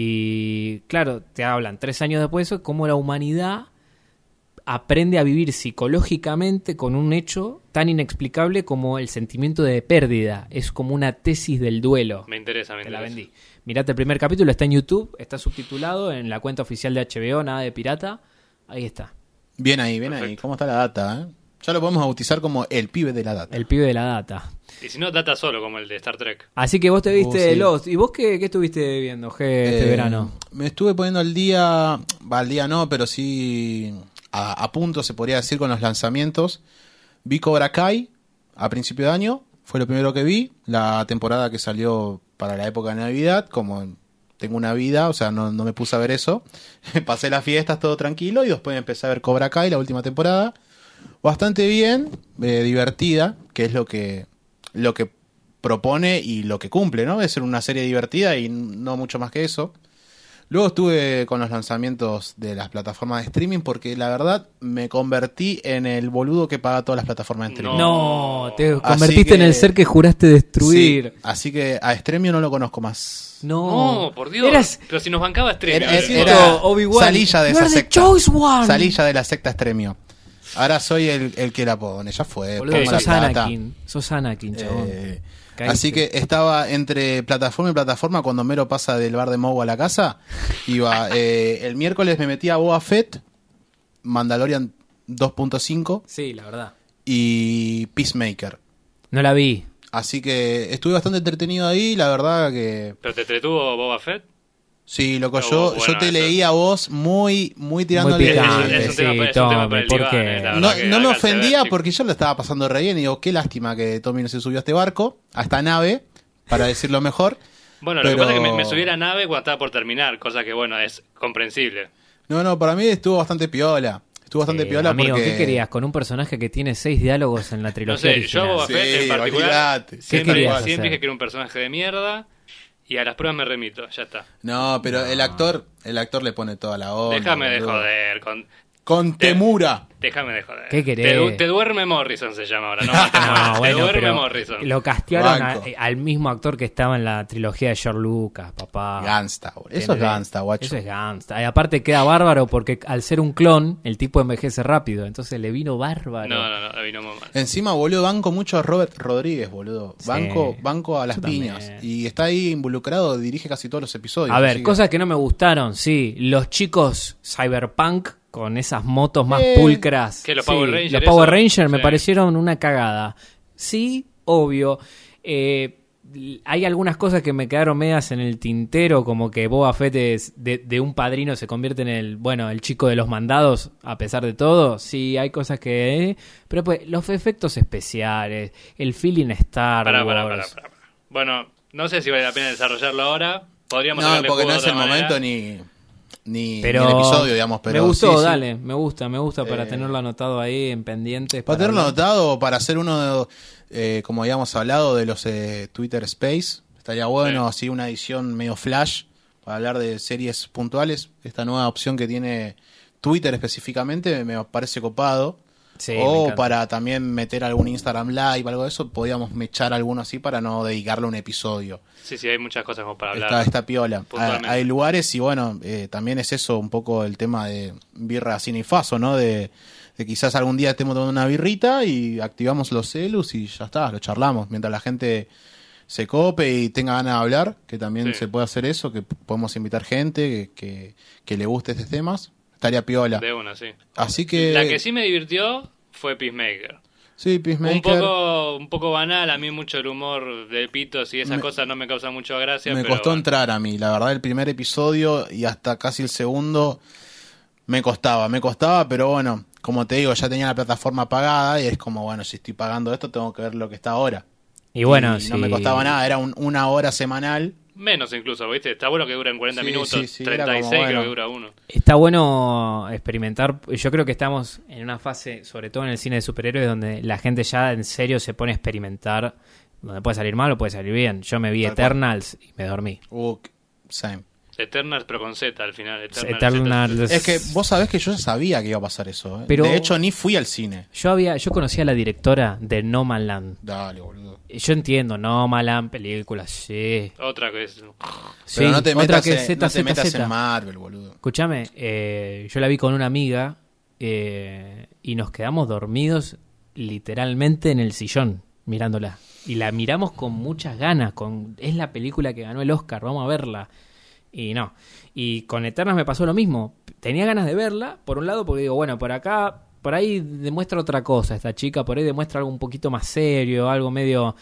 Y claro, te hablan tres años después de eso, cómo la humanidad aprende a vivir psicológicamente con un hecho tan inexplicable como el sentimiento de pérdida. Es como una tesis del duelo. Me interesa, me Te la interesa. vendí. Mirate el primer capítulo, está en YouTube, está subtitulado en la cuenta oficial de H B O, nada de pirata. Ahí está. Bien ahí, bien ahí. Perfecto. ¿Cómo está la data? eh? Ya lo podemos bautizar como el pibe de la data. El pibe de la data. Y si no, data solo, como el de Star Trek. Así que vos te viste Uh, sí. Lost. ¿Y vos qué, qué estuviste viendo, G, este Eh, verano? Me estuve poniendo al día, va al día no, pero sí a, a punto se podría decir con los lanzamientos. Vi Cobra Kai a principio de año, fue lo primero que vi, la temporada que salió para la época de Navidad, como tengo una vida, o sea, no, no me puse a ver eso. Pasé las fiestas todo tranquilo y después empecé a ver Cobra Kai, la última temporada. Bastante bien, eh, divertida, que es lo que lo que propone y lo que cumple, ¿no? Es ser una serie divertida y no mucho más que eso. Luego estuve con los lanzamientos de las plataformas de streaming porque la verdad me convertí en el boludo que paga todas las plataformas de streaming. No, te Así convertiste que- en el ser que juraste destruir. Sí, así que a Stremio no lo conozco más. No, No, por Dios. Eras Pero si nos bancaba Stream. Era, Siento era- Obi-Wan. salí ya de You esa are the secta. choice one. Salí ya de la secta Stremio. Ahora soy el, el que la pone, ya fue. boludo, pongo la sos plata. Anakin. Sos Anakin, chabón. Eh, Caíste. así que estaba entre plataforma y plataforma cuando Mero pasa del bar de Moe a la casa. Iba eh, el miércoles me metí a Boba Fett, Mandalorian dos punto cinco Sí, la verdad. y Peacemaker. No la vi. Así que estuve bastante entretenido ahí, la verdad que ¿Pero te entretuvo Boba Fett? sí, loco, Oh, yo, bueno, yo te eso leí a vos muy, muy tirándole. Muy picante, Es un tema sí, para- es un tema Tommy, para el ¿por diván, qué? eh, la No, verdad que no me háganse ver, ofendía chicos. porque yo lo estaba pasando re bien y digo, qué lástima que Tommy no se subió a este barco, a esta nave, para decirlo mejor. Bueno, lo que Pero- pasa es que me, me subí a la nave cuando estaba por terminar, cosa que, bueno, es comprensible. No, no, para mí estuvo bastante piola. Estuvo bastante Eh, piola amigo, porque... ¿qué querías? Con un personaje que tiene seis diálogos en la No trilogía sé, yo a Boba original. Fett Sí, en particular olvidate. ¿Qué siempre, querías siempre hacer? dije que era un personaje de mierda y a las pruebas me remito, ya está. No, pero el actor, el actor le pone toda la onda. Déjame de boludo. joder, con, Con Temura. déjame de joder. ¿Qué querés? Te, du- te duerme Morrison se llama ahora, no, te, mueres, No, te bueno, duerme pero Morrison. lo castearon a- Banco. al mismo actor que estaba en la trilogía de George Lucas, papá. Gangsta, boludo. Eso es ¿Entendés? Gangsta, guacho. Eso es Gangsta. Y aparte queda bárbaro porque al ser un clon, el tipo envejece rápido. Entonces le vino bárbaro. No, no, no, la vino muy mal. Encima, boludo, banco mucho a Robert Rodríguez, boludo. Sí. Banco, banco a las Yo piñas. también. Y está ahí involucrado, dirige casi todos los episodios. A ver, así que- cosas que no me gustaron, sí. Los chicos cyberpunk con esas motos más Eh, pulcras. ¿Qué, los Sí, Power Rangers, Los Power eso? Rangers me Sí. parecieron una cagada. Sí, obvio. Eh, hay algunas cosas que me quedaron medias en el tintero, como que Boba Fett es de, de un padrino se convierte en el, bueno, el chico de los mandados, a pesar de todo. Sí, hay cosas que... eh, pero pues, los efectos especiales, el feeling Star Pará, Wars... pará, pará, pará. Bueno, no sé si vale la pena desarrollarlo ahora, podríamos No, sacarle porque jugo no de es el otra momento manera. ni, ni, Pero ni el episodio, digamos. Pero me gustó, sí, sí. dale, me gusta, me gusta para Eh, tenerlo anotado ahí en pendientes. Para tenerlo hablar. anotado, para hacer uno, de, eh, como habíamos hablado, de los eh, Twitter Space. Estaría bueno, Sí. así una edición medio flash, para hablar de series puntuales. Esta nueva opción que tiene Twitter específicamente me parece copado. Sí, me o encanta. para también meter algún Instagram Live, algo de eso, podíamos mechar alguno así para no dedicarle un episodio. Sí, sí, hay muchas cosas como para hablar. Está, está piola. Hay, puntualmente. hay lugares y bueno, eh, también es eso un poco el tema de birra, cine y faso, ¿no? De, de quizás algún día estemos tomando una birrita y activamos los celus y ya está, lo charlamos. Mientras la gente se cope y tenga ganas de hablar, que también Sí. se puede hacer eso, que podemos invitar gente que, que, que le guste estos temas. Estaría piola. De una, sí. Así que... La que sí me divirtió fue Peacemaker. Sí, Peacemaker. Un poco, un poco banal, a mí mucho el humor de pitos y esas Me- cosas no me causa mucho gracia. Me pero costó bueno. entrar a mí, la verdad, el primer episodio y hasta casi el segundo me costaba, me costaba, pero bueno, como te digo, ya tenía la plataforma pagada y es como, bueno, si estoy pagando esto, tengo que ver lo que está ahora. Y bueno, Y sí. no me costaba nada, era un- una hora semanal. Menos incluso, ¿viste? Está bueno que duran cuarenta Sí, minutos, sí, sí, era treinta y seis como, creo bueno. que dura uno. Está bueno experimentar. Yo creo que estamos en una fase, sobre todo en el cine de superhéroes, donde la gente ya en serio se pone a experimentar. Donde puede salir mal o puede salir bien. Yo me vi Tal cual. Eternals y me dormí. Uh, same. Eternals, pero con Z al final. Eternals, Eternals. Es que vos sabés que yo ya sabía que iba a pasar eso. ¿eh? Pero- De hecho, ni fui al cine. Yo había, yo conocía a la directora de No Man Land. Dale, boludo. Yo entiendo, No Man Land, películas, sí. Otra que es... Pero Sí, no te otra metas, que en, es Z, no te Z, metas Z. en Marvel, boludo. Escúchame, eh, yo la vi con una amiga eh, y nos quedamos dormidos literalmente en el sillón mirándola. Y la miramos con muchas ganas, con es la película que ganó el Oscar, vamos a verla. Y no. Y con Eternals me pasó lo mismo. Tenía ganas de verla, por un lado, porque digo, bueno, por acá, por ahí demuestra otra cosa esta chica, por ahí demuestra algo un poquito más serio, algo medio...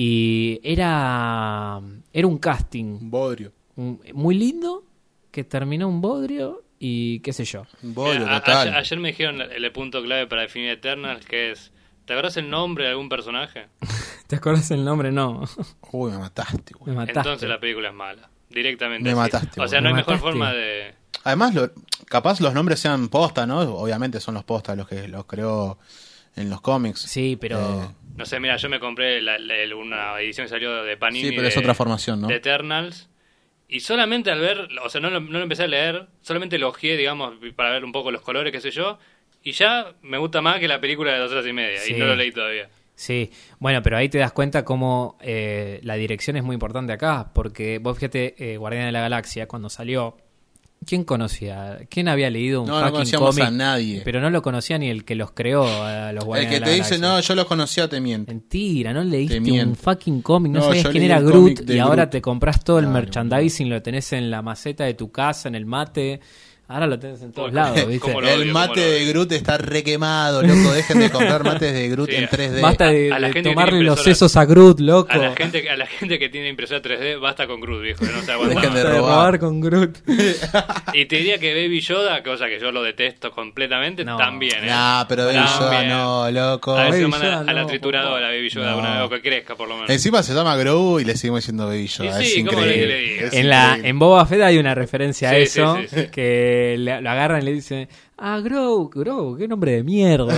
Y era, era un casting Un bodrio. un- muy lindo, que terminó un bodrio y qué sé yo. Un bodrio, Mira, a- total. ayer, ayer me dijeron el, el punto clave para definir Eternals, que es... ¿Te acuerdas el nombre de algún personaje? ¿Te acuerdas el nombre? No. Uy, me mataste, Me güey. mataste. Entonces la película es mala. Directamente. Me así. mataste, O sea, boludo. no hay Me mejor mataste. forma de... Además, lo- capaz los nombres sean posta, ¿no? Obviamente son los postas los que los creó en los cómics. Sí, pero... Eh, No sé, mira, yo me compré la- la- una edición que salió de Panini sí, pero de, es otra formación, ¿no? de Eternals. Y solamente al ver, o sea, no lo, no lo empecé a leer, solamente lo ojeé, digamos, para ver un poco los colores, qué sé yo. Y ya me gusta más que la película de dos horas y media. Sí. Y no lo leí todavía. Sí, bueno, pero ahí te das cuenta cómo eh, la dirección es muy importante acá, porque vos fíjate, eh, Guardián de la Galaxia, cuando salió, ¿quién conocía? ¿Quién había leído un No, no fucking conocíamos cómic? a nadie. Pero no lo conocía ni el que los creó a los El Guardianes que de la te dice, Galaxia. no, yo los conocía, te miente. Mentira, no leíste Te miento. un fucking cómic, no, No, sabías yo quién leí era el Groot cómic de y ahora Groot. te compras todo el Dale, merchandising, lo tenés en la maceta de tu casa, en el mate, ahora lo tenés en todos Uy, lados, ¿viste? ¿cómo lo El odio, mate cómo lo de odio. Groot está requemado, loco. Dejen de comprar mates de Groot Sí, en tres D. Basta de, A la de gente que tomarle tiene los impresoras- sesos a Groot, loco. A la gente, a la gente que tiene impresora tres D, basta con Groot, viejo, que no se aguanta Dejen más. de Basta de robar. robar con Groot. Y te diría que Baby Yoda, cosa que yo lo detesto completamente, No. también, ¿eh? Nah, pero Baby Yoda También. no, loco. A ver si Baby lo manda Yoda a la no, trituradora, Baby Yoda, No. una vez que crezca, por lo menos. Encima se llama Grogu y le seguimos diciendo Baby Yoda. Y sí, es ¿cómo le- increíble. le diga? Es En, la, increíble. en Boba Fett hay una referencia a Sí, eso, sí, sí, sí. que le- lo agarran y le dicen, ah, Grogu, Grogu, qué nombre de mierda.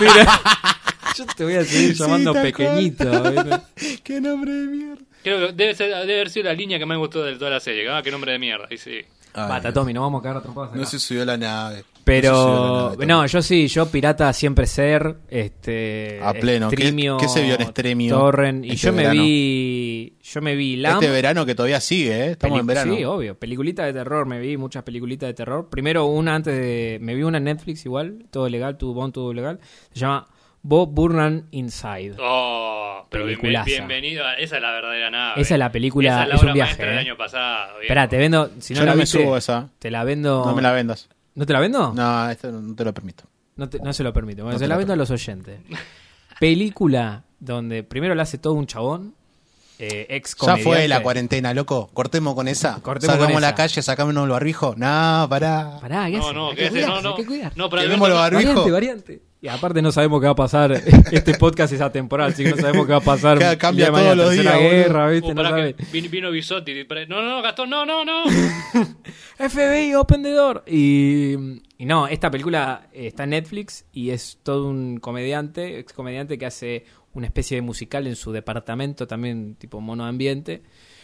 Yo te voy a seguir Sí, llamando tal pequeñito. ¿viste? Qué nombre de mierda. Creo que debe, ser, debe haber sido la línea que más me gustó de toda la serie. Ah, qué nombre de mierda. Y sí. Ay, Bata, Tommy, no vamos a cagar a trompadas acá. no se subió la nave. Pero, No se subió la nave, no, Tommy. yo sí, yo pirata siempre ser, este... A pleno. ¿Qué- Streamio, qué se vio en Streamio Torrent, y este yo me verano? vi, yo me vi Lamb. Este verano que todavía sigue, ¿eh? Estamos Peli- en verano. Sí, obvio. Peliculita de terror, me vi muchas peliculitas de terror. Primero una antes de... Me vi una en Netflix igual, todo legal, todo bon, todo legal. Se llama Bob Burnham Inside. Oh, pero bien- Peliculaza. bienvenido. A, esa es la verdadera nave. Esa es la película, Esa es, la es un obra viaje, maestra del eh. año pasado. viejo. Espera, te vendo... Si no Yo la no me viste, subo esa. te la vendo... No me la vendas. ¿No te la vendo? No, esto no te lo permito. No, te- no se lo permito. Bueno, No se te la lo vendo a los oyentes. Película donde primero la hace todo un chabón, eh, ex Ya comediante. fue la cuarentena, loco. Cortemos con esa. Cortemos Salgamos con a la esa. calle, sacamos unos barbijos. No, pará. Pará, ¿qué No, hace? no, Hay ¿qué hace? cuidarse, No, no. hay que cuidarse. No, pero Quememos los Alberto, barbijos. Variante, variante. Y aparte no sabemos qué va a pasar. Este podcast es atemporal, así que no sabemos qué va a pasar. Cada- cambia el día de todos mañana, los tercera días, guerra, ¿viste? Uh, No pará sabe. que vino, vino Bisotti. y pre- No, no, Gastón, no, no, no. F B I, open the door. Y, y no, esta película está en Netflix y es todo un comediante, ex comediante que hace una especie de musical en su departamento, también tipo monoambiente.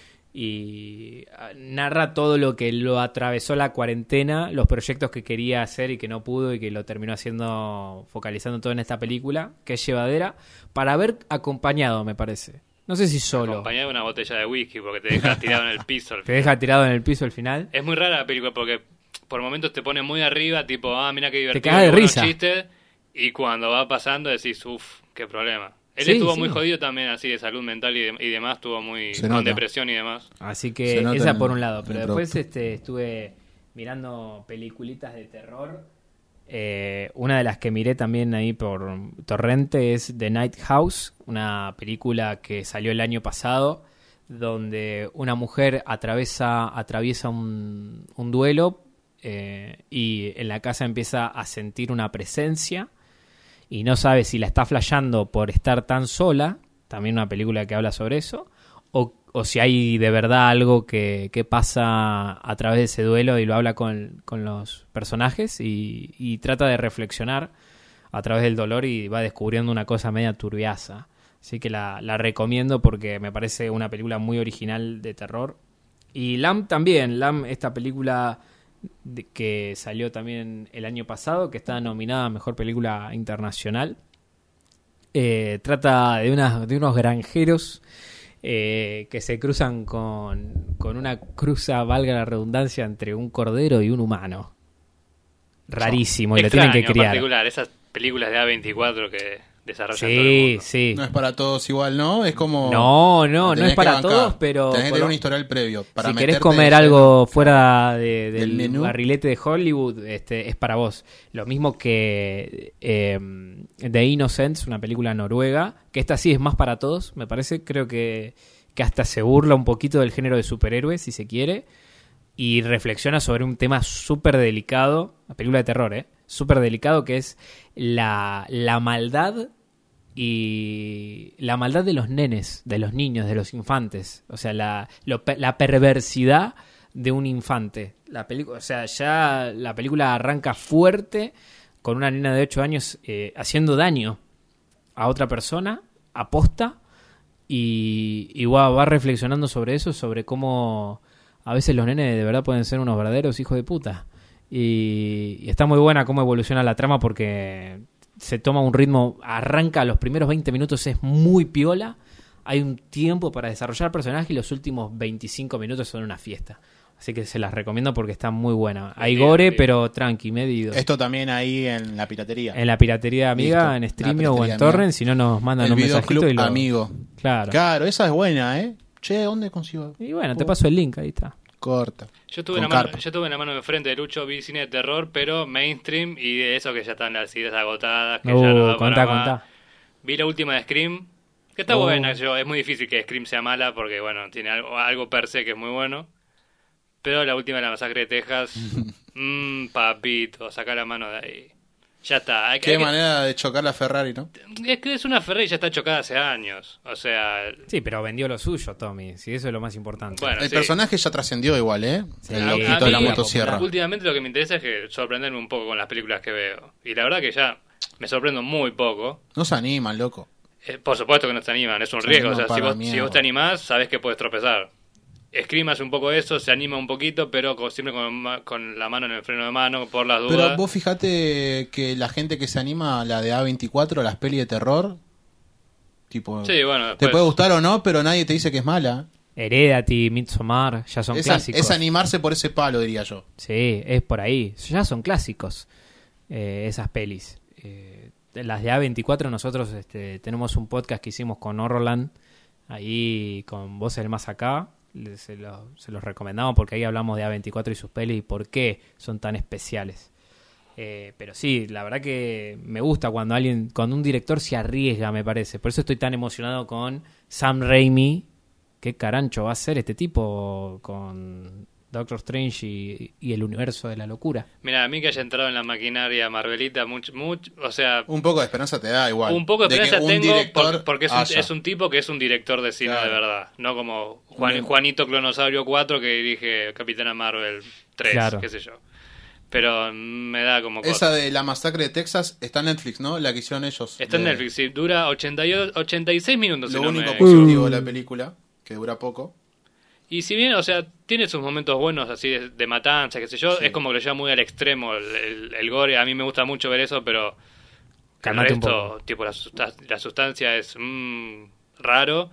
Y ah, narra todo lo que lo atravesó la cuarentena, los proyectos que quería hacer y que no pudo y que lo terminó haciendo, focalizando todo en esta película, que es llevadera, para ver acompañado, me parece. No sé si solo. Acompañado de una botella de whisky porque te deja tirado en el piso. al Te final. deja tirado en el piso al final. Es muy rara la película porque por momentos te pone muy arriba, tipo, ah, mira qué divertido. cagas de qué buenos risa. chistes, y cuando va pasando decís, uff, qué problema. Él Sí, estuvo sí. muy jodido también, así de salud mental y, de- y demás, estuvo muy Se con nota. depresión y demás. Así Se que nota esa en- por un lado. en Pero el después producto. este, estuve mirando peliculitas de terror. Eh, una de las que miré también ahí por torrente es The Night House, una película que salió el año pasado, donde una mujer atraviesa, atraviesa un, un duelo eh, y en la casa empieza a sentir una presencia y no sabe si la está flasheando por estar tan sola, también una película que habla sobre eso, o, o si hay de verdad algo que, que pasa a través de ese duelo y lo habla con, con los personajes y, y trata de reflexionar a través del dolor y va descubriendo una cosa media turbiaza. Así que la, la recomiendo porque me parece una película muy original de terror. Y Lamb también, Lamb, esta película de- que salió también el año pasado, que está nominada a Mejor Película Internacional. Eh, trata de, unas, de unos granjeros eh, que se cruzan con, con una cruza, valga la redundancia, entre un cordero y un humano. Rarísimo, y lo tienen que Extraño, en criar. particular, esas películas de A veinticuatro que desarrollan todo el Sí, mundo. sí. No es para todos igual, ¿no? Es como... No, no, no tenés es para que bancar. todos, pero Tenés que por tener lo- un historial previo. Para si querés meterte comer de algo fuera de- del del menú. barrilete de Hollywood, este, es para vos. Lo mismo que eh, The Innocents, una película noruega, que esta sí es más para todos, me parece. Creo que, que hasta se burla un poquito del género de superhéroes, si se quiere, y reflexiona sobre un tema súper delicado, una película de terror, ¿eh? Súper delicado, que es la, la maldad y la maldad de los nenes, de los niños, de los infantes. O sea, la, lo pe- la perversidad de un infante. La película, o sea, ya la película arranca fuerte con una nena de ocho años eh, haciendo daño a otra persona, aposta, y, y va, va reflexionando sobre eso, sobre cómo a veces los nenes de verdad pueden ser unos verdaderos hijos de puta. Y, y está muy buena cómo evoluciona la trama porque se toma un ritmo, arranca los primeros veinte minutos, es muy piola, hay un tiempo para desarrollar el personaje y los últimos veinticinco minutos son una fiesta. Así que se las recomiendo porque está muy buena. Hay Medido, gore, medido. pero tranqui, medido. Esto también ahí en la piratería. En la piratería amiga, Listo. en Streamio La o en piratería Torrent, amiga. si no nos mandan El un mensajito videoclub y lo... amigo. Claro. Claro, esa es buena, ¿eh? Che, ¿dónde consigo? Y bueno, te paso el link, ahí está. Corta. Yo tuve, Con la mano, carpa. yo tuve la mano de frente de Lucho, vi cine de terror, pero mainstream y de eso que ya están las ideas agotadas, que ya no Uh, da contá, para más. contá. Vi la última de Scream, que está Oh. buena. Yo, es muy difícil que Scream sea mala porque, bueno, tiene algo, algo per se que es muy bueno. Pero la última de la masacre de Texas, mmm, papito, saca la mano de ahí. Ya está. Hay, que- Qué hay que- manera de chocar la Ferrari, ¿no? es que es una Ferrari, ya está chocada hace años. O sea, Sí, pero vendió lo suyo, Tommy. Sí, eso es lo más importante. bueno, El sí. personaje ya trascendió igual, ¿eh? Sí. El A- loquito a de la mí- motosierra. Últimamente lo que me interesa es que sorprenderme un poco con las películas que veo. Y la verdad que ya me sorprendo muy poco. No se animan, loco. Eh, por supuesto que no te animan, es un Se riesgo. O animan sea, si para vos, mierda. si vos te animás, sabés que puedes tropezar. Scream hace un poco eso, se anima un poquito, pero con- siempre con, ma- con la mano en el freno de mano, por las dudas. Pero vos fíjate que la gente que se anima a la de A veinticuatro, las pelis de terror, tipo, Sí, bueno, te después- puede gustar o no, pero nadie te dice que es mala. Heredity, Midsommar, ya son Es, clásicos. es animarse por ese palo, diría yo. Sí, es por ahí. Ya son clásicos eh, esas pelis. Eh, las de A veinticuatro nosotros este, tenemos un podcast que hicimos con Horrorland, ahí con Voz del Más Acá. Le- Se, lo- se los recomendamos porque ahí hablamos de A veinticuatro y sus pelis y por qué son tan especiales. Eh, pero sí, la verdad que me gusta cuando alguien, cuando un director se arriesga, me parece. Por eso estoy tan emocionado con Sam Raimi. ¿Qué carancho va a hacer este tipo con Doctor Strange y, y el universo de la locura. Mira, a mí que haya entrado en la maquinaria Marvelita, mucho, mucho, o sea... Un poco de esperanza te da igual. Un poco de esperanza tengo por, porque es un, haya. es un tipo que es un director de cine Claro. de verdad. No como Juan, Bien. Juanito Clonosaurio cuatro que dirige Capitana Marvel tres, Claro. qué sé yo. Pero me da como cosa. Esa de la masacre de Texas está en Netflix, ¿no? La que hicieron ellos. Está en De- Netflix, sí, dura ochenta y ocho, ochenta y seis minutos. Lo si no único me- positivo de la película, que dura poco. Y si bien, o sea, tiene sus momentos buenos así de, de matanza, qué sé yo, Sí. es como que lo lleva muy al extremo el, el, el gore. A mí me gusta mucho ver eso, pero el Calmate un resto, poco. tipo, la, susta- la sustancia es mm, raro.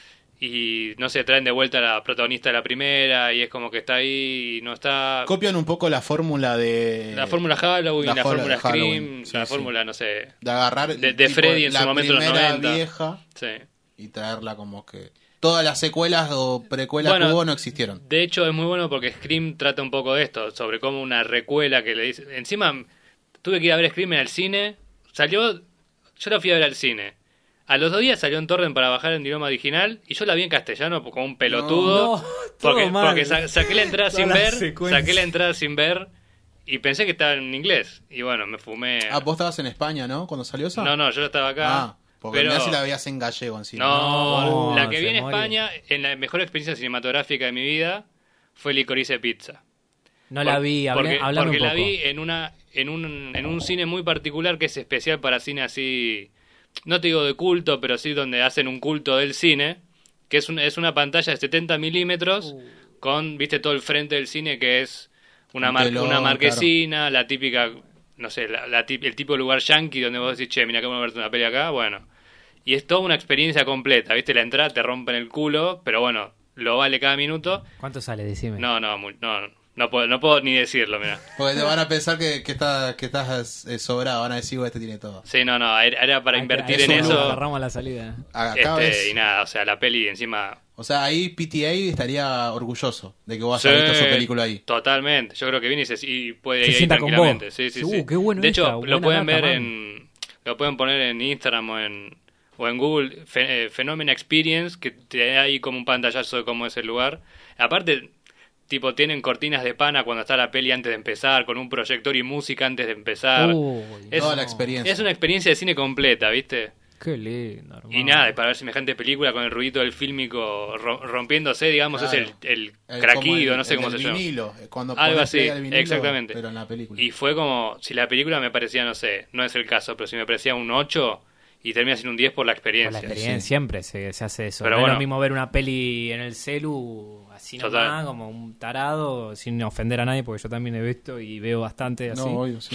Y no sé, traen de vuelta a la protagonista de la primera y es como que está ahí y no está... Copian un poco la fórmula de... La fórmula Halloween, la la, fórmula fórmula de Scream, Halloween, sí, la sí. fórmula, no sé... De agarrar... De- de tipo, Freddy en su la momento en los primera noventa. vieja Sí. y traerla como que... Todas las secuelas o precuelas Bueno, que hubo no existieron. De hecho, es muy bueno porque Scream trata un poco de esto, sobre cómo una recuela que le dice... Encima, tuve que ir a ver Scream en el cine, salió... Yo la fui a ver al cine. A los dos días salió en torrent para bajar en idioma original y yo la vi en castellano como un pelotudo. No, no, todo porque mal. porque sa- saqué la entrada Toda sin la ver, secuencia. saqué la entrada sin ver y pensé que estaba en inglés. Y bueno, me fumé... Ah, vos estabas en España, ¿no? Cuando salió esa. No, no, yo estaba acá. Ah, porque pero... mirá si la veías en gallego encima. No, No, la que se vi en muere. España, en la mejor experiencia cinematográfica de mi vida, fue Licorice Pizza. No la Por- vi, hablé, porque, hablame porque un la poco. vi en una en un, en un cine muy particular que es especial para cine así, no te digo de culto, pero sí donde hacen un culto del cine, que es, un, es una pantalla de setenta milímetros Uh. con, viste, todo el frente del cine que es una, Un mar- telón, una marquesina, la típica, no sé, la, la tip- el tipo de lugar yankee donde vos decís, che, mira, acabo de verte una peli acá, bueno. Y es toda una experiencia completa, viste, la entrada te rompen el culo, pero bueno, lo vale cada minuto. ¿Cuánto sale? Decime. No, no, mu- no, no puedo, no puedo ni decirlo, mira. Porque te van a pensar que, que, estás, que estás eh, sobrado. Van a decir, "Oh, este tiene todo". Sí, no, no, era era para Hay que- invertir hay en que- eso. Agarramos a la salida. Acá Este, ves- y nada, o sea, la peli encima... O sea, ahí P T A estaría orgulloso de que vos Sí, hayas visto su película ahí. Totalmente, yo creo que viene y, se- y puede Se ir ahí sienta con tranquilamente. vos. Sí, sí, Uh, sí. qué bueno de esta, hecho, lo buena pueden data, ver man. en... Lo pueden poner en Instagram o en, o en Google, Fe- eh, Phenomena Experience, que te da ahí como un pantallazo de cómo es el lugar. Aparte, tipo, tienen cortinas de pana cuando está la peli antes de empezar, con un proyector y música antes de empezar. Uy, Es- Toda la experiencia. Es una experiencia de cine completa, ¿viste? Qué lindo, hermano. Y nada, y para ver semejante película con el ruidito del fílmico ro- rompiéndose, digamos, Claro. es el, el El- como craquido, el- no sé el cómo se del llama. vinilo, eh, cuando Algo pones así, play al vinilo, exactamente. Pero en la película. Y fue como, si la película me parecía, no sé, no es el caso, pero si me parecía un ocho y termina siendo un diez por la Por experiencia. la experiencia sí. siempre se, se hace eso. Pero no bueno. es lo mismo ver una peli en el celu así Total. nomás, como un tarado, sin ofender a nadie, porque yo también he visto y veo bastante así. No, obvio, sí.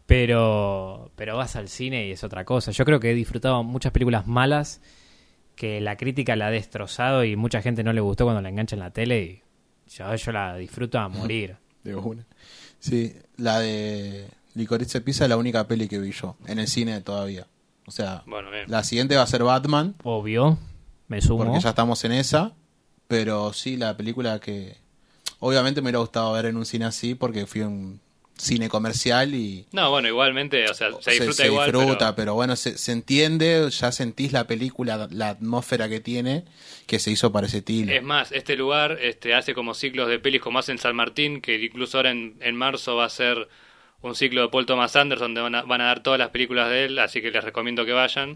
Pero, pero vas al cine y es otra cosa. Yo creo que he disfrutado muchas películas malas que la crítica la ha destrozado y mucha gente no le gustó cuando la engancha en la tele y yo, yo la disfruto a morir. De una. Sí, la de Licorice Pizza es la única peli que vi yo, en el cine todavía. O sea, Bueno, bien. la siguiente va a ser Batman, Obvio, me sumo. porque ya estamos en esa. Pero sí, la película que... Obviamente me hubiera gustado ver en un cine así, porque fui a un cine comercial y... No, bueno, igualmente, o sea, se disfruta igual. disfruta, pero- pero, bueno, se, se entiende, ya sentís la película, la atmósfera que tiene, que se hizo para ese estilo. Es más, este lugar este, hace como ciclos de pelis como hace en San Martín, que incluso ahora en, en marzo va a ser un ciclo de Paul Thomas Anderson, donde van a, van a dar todas las películas de él, así que les recomiendo que vayan.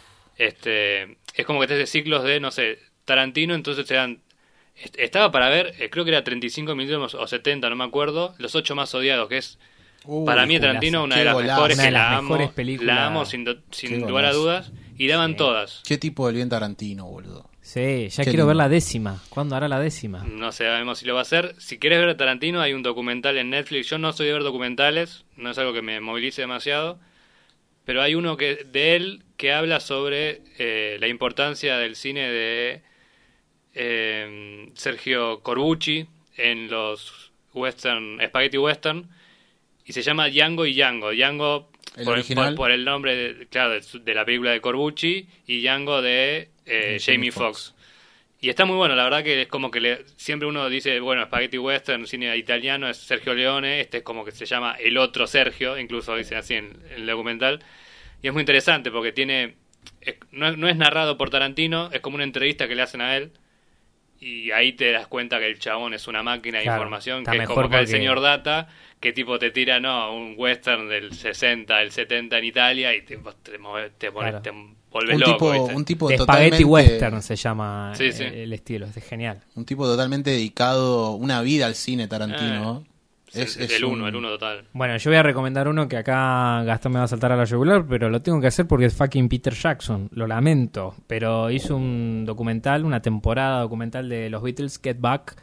Este, es como que te hace ciclos de, no sé, Tarantino, entonces te dan... est- Estaba para ver, eh, creo que era treinta y cinco minutos o setenta, no me acuerdo, Los ocho más odiados, que es Uy, para mí julaza, Tarantino una qué de las golazo. mejores, Una que de las la amo, mejores películas. la amo sin, do- sin Qué lugar a golazo. dudas, y daban Sí. todas. Qué tipo del bien Tarantino, boludo. Sí, ya Qué quiero ver lindo. la décima. ¿Cuándo hará la décima? No sabemos si lo va a hacer. Si querés ver a Tarantino, hay un documental en Netflix. Yo no soy de ver documentales, no es algo que me movilice demasiado, pero hay uno que de él que habla sobre eh, la importancia del cine de eh, Sergio Corbucci en los western, spaghetti western, y se llama Django y Django. Django ¿El por, original? por- por el nombre, de, claro, de, su- de la película de Corbucci, y Django de eh, De Jamie Jamie Foxx. Y está muy bueno, la verdad que es como que le, siempre uno dice, bueno, spaghetti western, cine italiano es Sergio Leone, este es como que se llama el otro Sergio, incluso dicen así en, en el documental. Y es muy interesante porque tiene, es- no, es- no es narrado por Tarantino, es como una entrevista que le hacen a él. y ahí te das cuenta que el chabón es una máquina de Claro, información, está que es mejor como que el porque- señor Data, que tipo te tira, no, un western del sesenta, del setenta en Italia y te, te, mueve- te, pone- Claro. te vuelves Un loco, tipo, ¿viste? un tipo De totalmente, Spaghetti Western se llama Sí, eh, sí. el estilo, es genial. un tipo totalmente dedicado, una vida al cine Tarantino. Eh, es, Sí, es el un- uno, el uno total. Bueno, yo voy a recomendar uno que acá Gastón me va a saltar a la yugular, pero lo tengo que hacer porque es fucking Peter Jackson. Lo lamento, pero hizo un documental, una temporada documental de los Beatles, Get Back.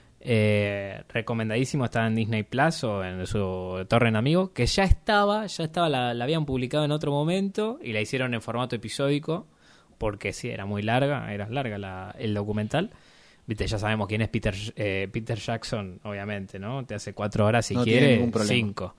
Eh, recomendadísimo, está en Disney Plus o en su torrent amigo, que ya estaba, ya estaba, la, la habían publicado en otro momento y la hicieron en formato episódico, porque sí, era muy larga, era larga la, el documental. Viste, ya sabemos quién es Peter eh, Peter Jackson, obviamente, ¿no? Te hace cuatro horas si No tiene quiere, ningún problema. cinco.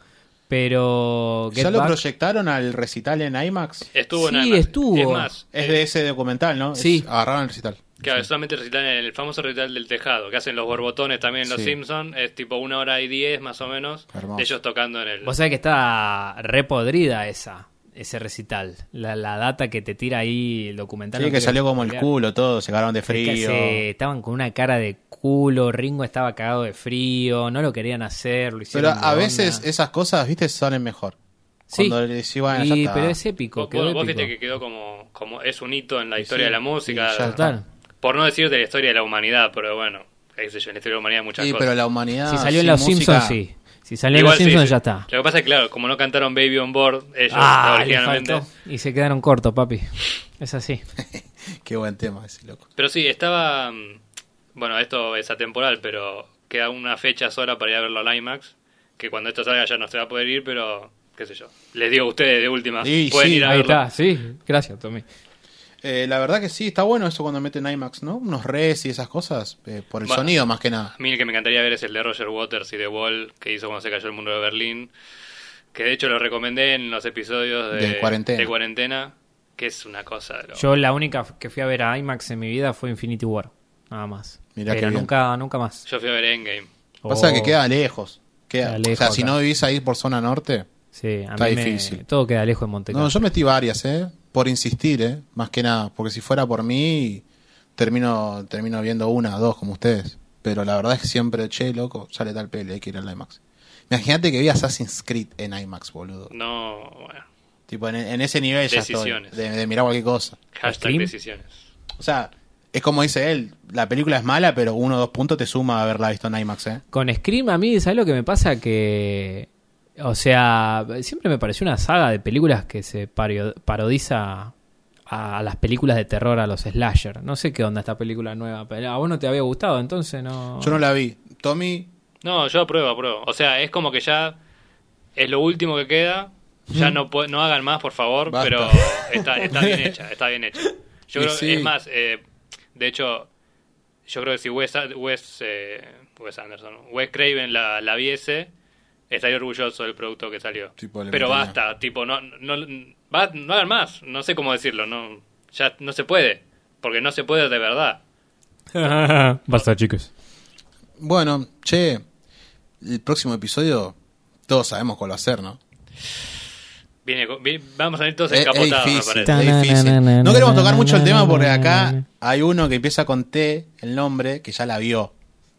Pero Get ¿Ya lo Back- proyectaron al recital en IMAX? Estuvo Sí, en IMAX. estuvo. Es más, Es eh, de ese documental, ¿no? Sí. Es- agarraron el recital. claro, Sí. solamente recital en el famoso recital del tejado, que hacen los borbotones también en Los Sí. Simpsons, es tipo una hora y diez más o menos, Hermoso. de ellos tocando en el... Vos sabés que está repodrida esa, ese recital. La, la data que te tira ahí el documental. Sí, no que quiero salió como el spoilear. culo, todo, se cagaron de Es que frío. se- estaban con una cara de culo, Ringo estaba cagado de frío, no lo querían hacer, lo Pero hicieron de a veces onda. esas cosas, viste, salen mejor. Sí, Cuando le decís, bueno, ya y- está. pero es épico, Vos, quedó vos- vos épico. viste que quedó como, como es un hito en la Y historia sí, de la música, y ya Total. por no decir de la historia de la humanidad, pero bueno, qué sé yo, en la historia de la humanidad hay muchas Sí, cosas. pero la humanidad. Si salió en sin Los música- Simpsons, sí. Si salió en Igual Los sí, Simpsons, sí. ya está. Lo que pasa es que, claro, como no cantaron Baby on Board, ellos Ah, le originalmente... faltó. Y se quedaron cortos, papi. Es así. Qué buen tema ese, loco. Pero sí, estaba... mm, Bueno, esto es atemporal, pero queda una fecha sola para ir a verlo al IMAX, que cuando esto salga ya no se va a poder ir, pero qué sé yo. Les digo a ustedes de última, Sí, pueden sí, ir a Ahí verlo. está, sí. Gracias, Tommy. Eh, la verdad que sí, está bueno eso cuando meten IMAX, ¿no? Unos res y esas cosas, eh, por el Va- sonido más que nada. A mí el que me encantaría ver es el de Roger Waters y The Wall, que hizo cuando se cayó el mundo de Berlín, que de hecho lo recomendé en los episodios de, De Cuarentena. de Cuarentena, que es una cosa... de lo- Yo la única que fui a ver a IMAX en mi vida fue Infinity War. Nada más. Mirá qué Pero bien. nunca, nunca más. Yo fui a ver Endgame. Pasa Oh, que queda lejos. Queda, Queda o lejos sea, si acá. no vivís ahí por zona norte. Sí, a Está mí me- difícil. todo queda lejos de Monte No, Carlo. yo metí varias, ¿eh? Por insistir, ¿eh? Más que nada. Porque si fuera por mí, termino termino viendo una o dos como ustedes. Pero la verdad es que siempre, che, loco, sale tal peli, hay que ir al IMAX. Imagínate que vi Assassin's Creed en IMAX, boludo. No, bueno, Tipo, en, en ese nivel ya estoy. Decisiones. De, de mirar cualquier cosa. hashtag Scream? decisiones. O sea, es como dice él, la película es mala, pero uno o dos puntos te suma haberla visto en IMAX, ¿eh? Con Scream, a mí, ¿sabes lo que me pasa? Que. O sea, siempre me pareció una saga de películas que se pario- parodiza a, a las películas de terror, a los slasher. No sé qué onda esta película nueva. Pero a vos no te había gustado, entonces no. Yo no la vi. Tommy, No, yo apruebo, apruebo. O sea, es como que ya es lo último que queda. Ya no pu- no hagan más, por favor, Basta. pero está, está bien hecha, está bien hecha. Yo Y creo, sí. es más, eh, de hecho, yo creo que si Wes, Wes, eh, Wes Anderson, Wes Craven la, la viese, estaría orgulloso del producto que salió. Tipo, le pero metería. basta, tipo, no, no, va- no hagan más, no sé cómo decirlo, no, ya no se puede, porque no se puede de verdad. Basta, chicos. bueno, che, el próximo episodio, todos sabemos cuál va a ser, ¿no? Viene, con- vi- vamos a ir todos Es, es encapotados, me difícil, parece. es difícil. No queremos tocar mucho el tema porque acá hay uno que empieza con T, el nombre, que ya la vio.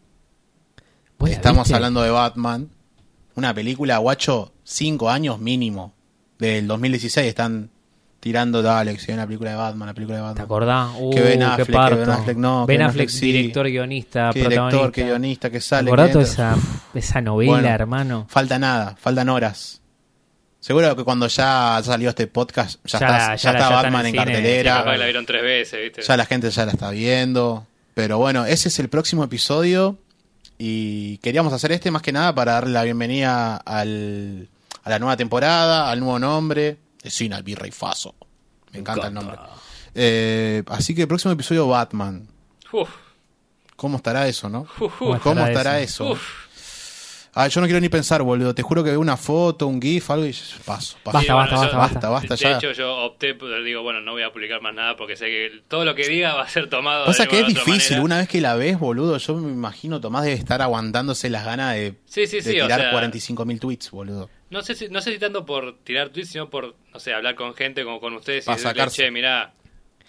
¿Vos la Estamos viste? hablando de Batman. Una película, guacho, cinco años mínimo. Del dos mil dieciséis están tirando, dale, que se ve una película de Batman, la película de ¿Te Batman. acordás? Uh, Que Ben qué Affleck, que parto. Ben Affleck no, que Ben Ben Affleck, Affleck sí. director, guionista, Qué director, protagonista. qué guionista, que ¿Te sale. acordás que toda entra. esa, esa novela, Bueno, hermano? Falta nada, faltan horas. Seguro que cuando ya salió este podcast, ya, Ya está, la- ya ya la- está ya está en Batman el en cine. Sí, cartelera. capaz que la vieron tres veces, ¿viste? Ya la gente ya la está viendo. Pero bueno, ese es el próximo episodio. Y queríamos hacer este más que nada para darle la bienvenida al, a la nueva temporada, al nuevo nombre. Es Cine al Virrey Faso. Me encanta el nombre. Eh, así que el próximo episodio, Batman. Uf, ¿Cómo estará eso, no? uf, ¿Cómo uf. ¿Cómo estará estará eso? eso? Uf. Ah, yo no quiero ni pensar, boludo. Te juro que veo una foto, un GIF, algo y paso. paso. Basta, Sí, basta, bueno, basta, yo- basta, basta, De ya. hecho, yo opté, por- digo, bueno, no voy a publicar más nada porque sé que todo lo que diga va a ser tomado. Pasa de que es alguna otra difícil, manera. una vez que la ves, boludo, yo me imagino Tomás debe estar aguantándose las ganas de, Sí, sí, de sí, o tirar sea, cuarenta y cinco mil tweets, boludo. No sé, si, no sé si tanto por tirar tweets, sino por, no sé, hablar con gente como con ustedes y Pa' decirle, sacarse. che, mirá,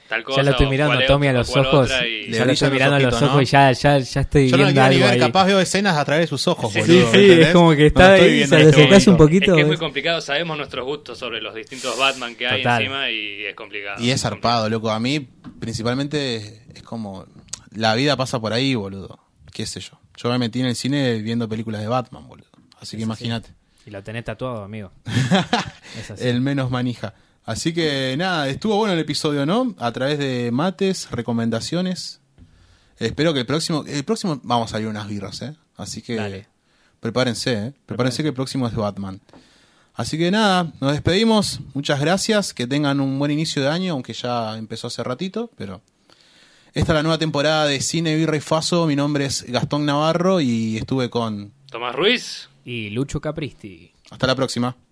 tal cosa. Ya lo estoy o mirando cuál a Tommy a o los cuál ojos. otra y- Le Ya lo estoy brillan los mirando a los ojitos, ojos ¿no? y ya, ya, ya estoy Yo no lo viendo quiero ni algo ver, ahí. capaz veo escenas a través de sus ojos, Sí, boludo. sí, ¿entendés? es como que No está estoy ahí, viendo se en lo este acercás un momento. poquito. Es que es muy ¿ves? complicado, sabemos nuestros gustos sobre los distintos Batman que hay Total. encima y es complicado. Y es zarpado, loco. A mí, principalmente, es como... La vida pasa por ahí, boludo. Qué sé yo. Yo me metí en el cine viendo películas de Batman, boludo. Así que imagínate. Y lo tenés tatuado, amigo. Es así. El menos manija. Así que nada, estuvo bueno el episodio, ¿no? A través de mates, recomendaciones. Espero que el próximo... El próximo vamos a salir unas birras, ¿eh? Así que... Dale. Prepárense, ¿eh? Prepárense que el próximo es de Batman. Así que nada, nos despedimos. Muchas gracias. Que tengan un buen inicio de año, aunque ya empezó hace ratito, pero... Esta es la nueva temporada de Cine Birra y Faso. Mi nombre es Gastón Navarro y estuve con... Tomás Ruiz. Y Lucho Capristi. Hasta la próxima.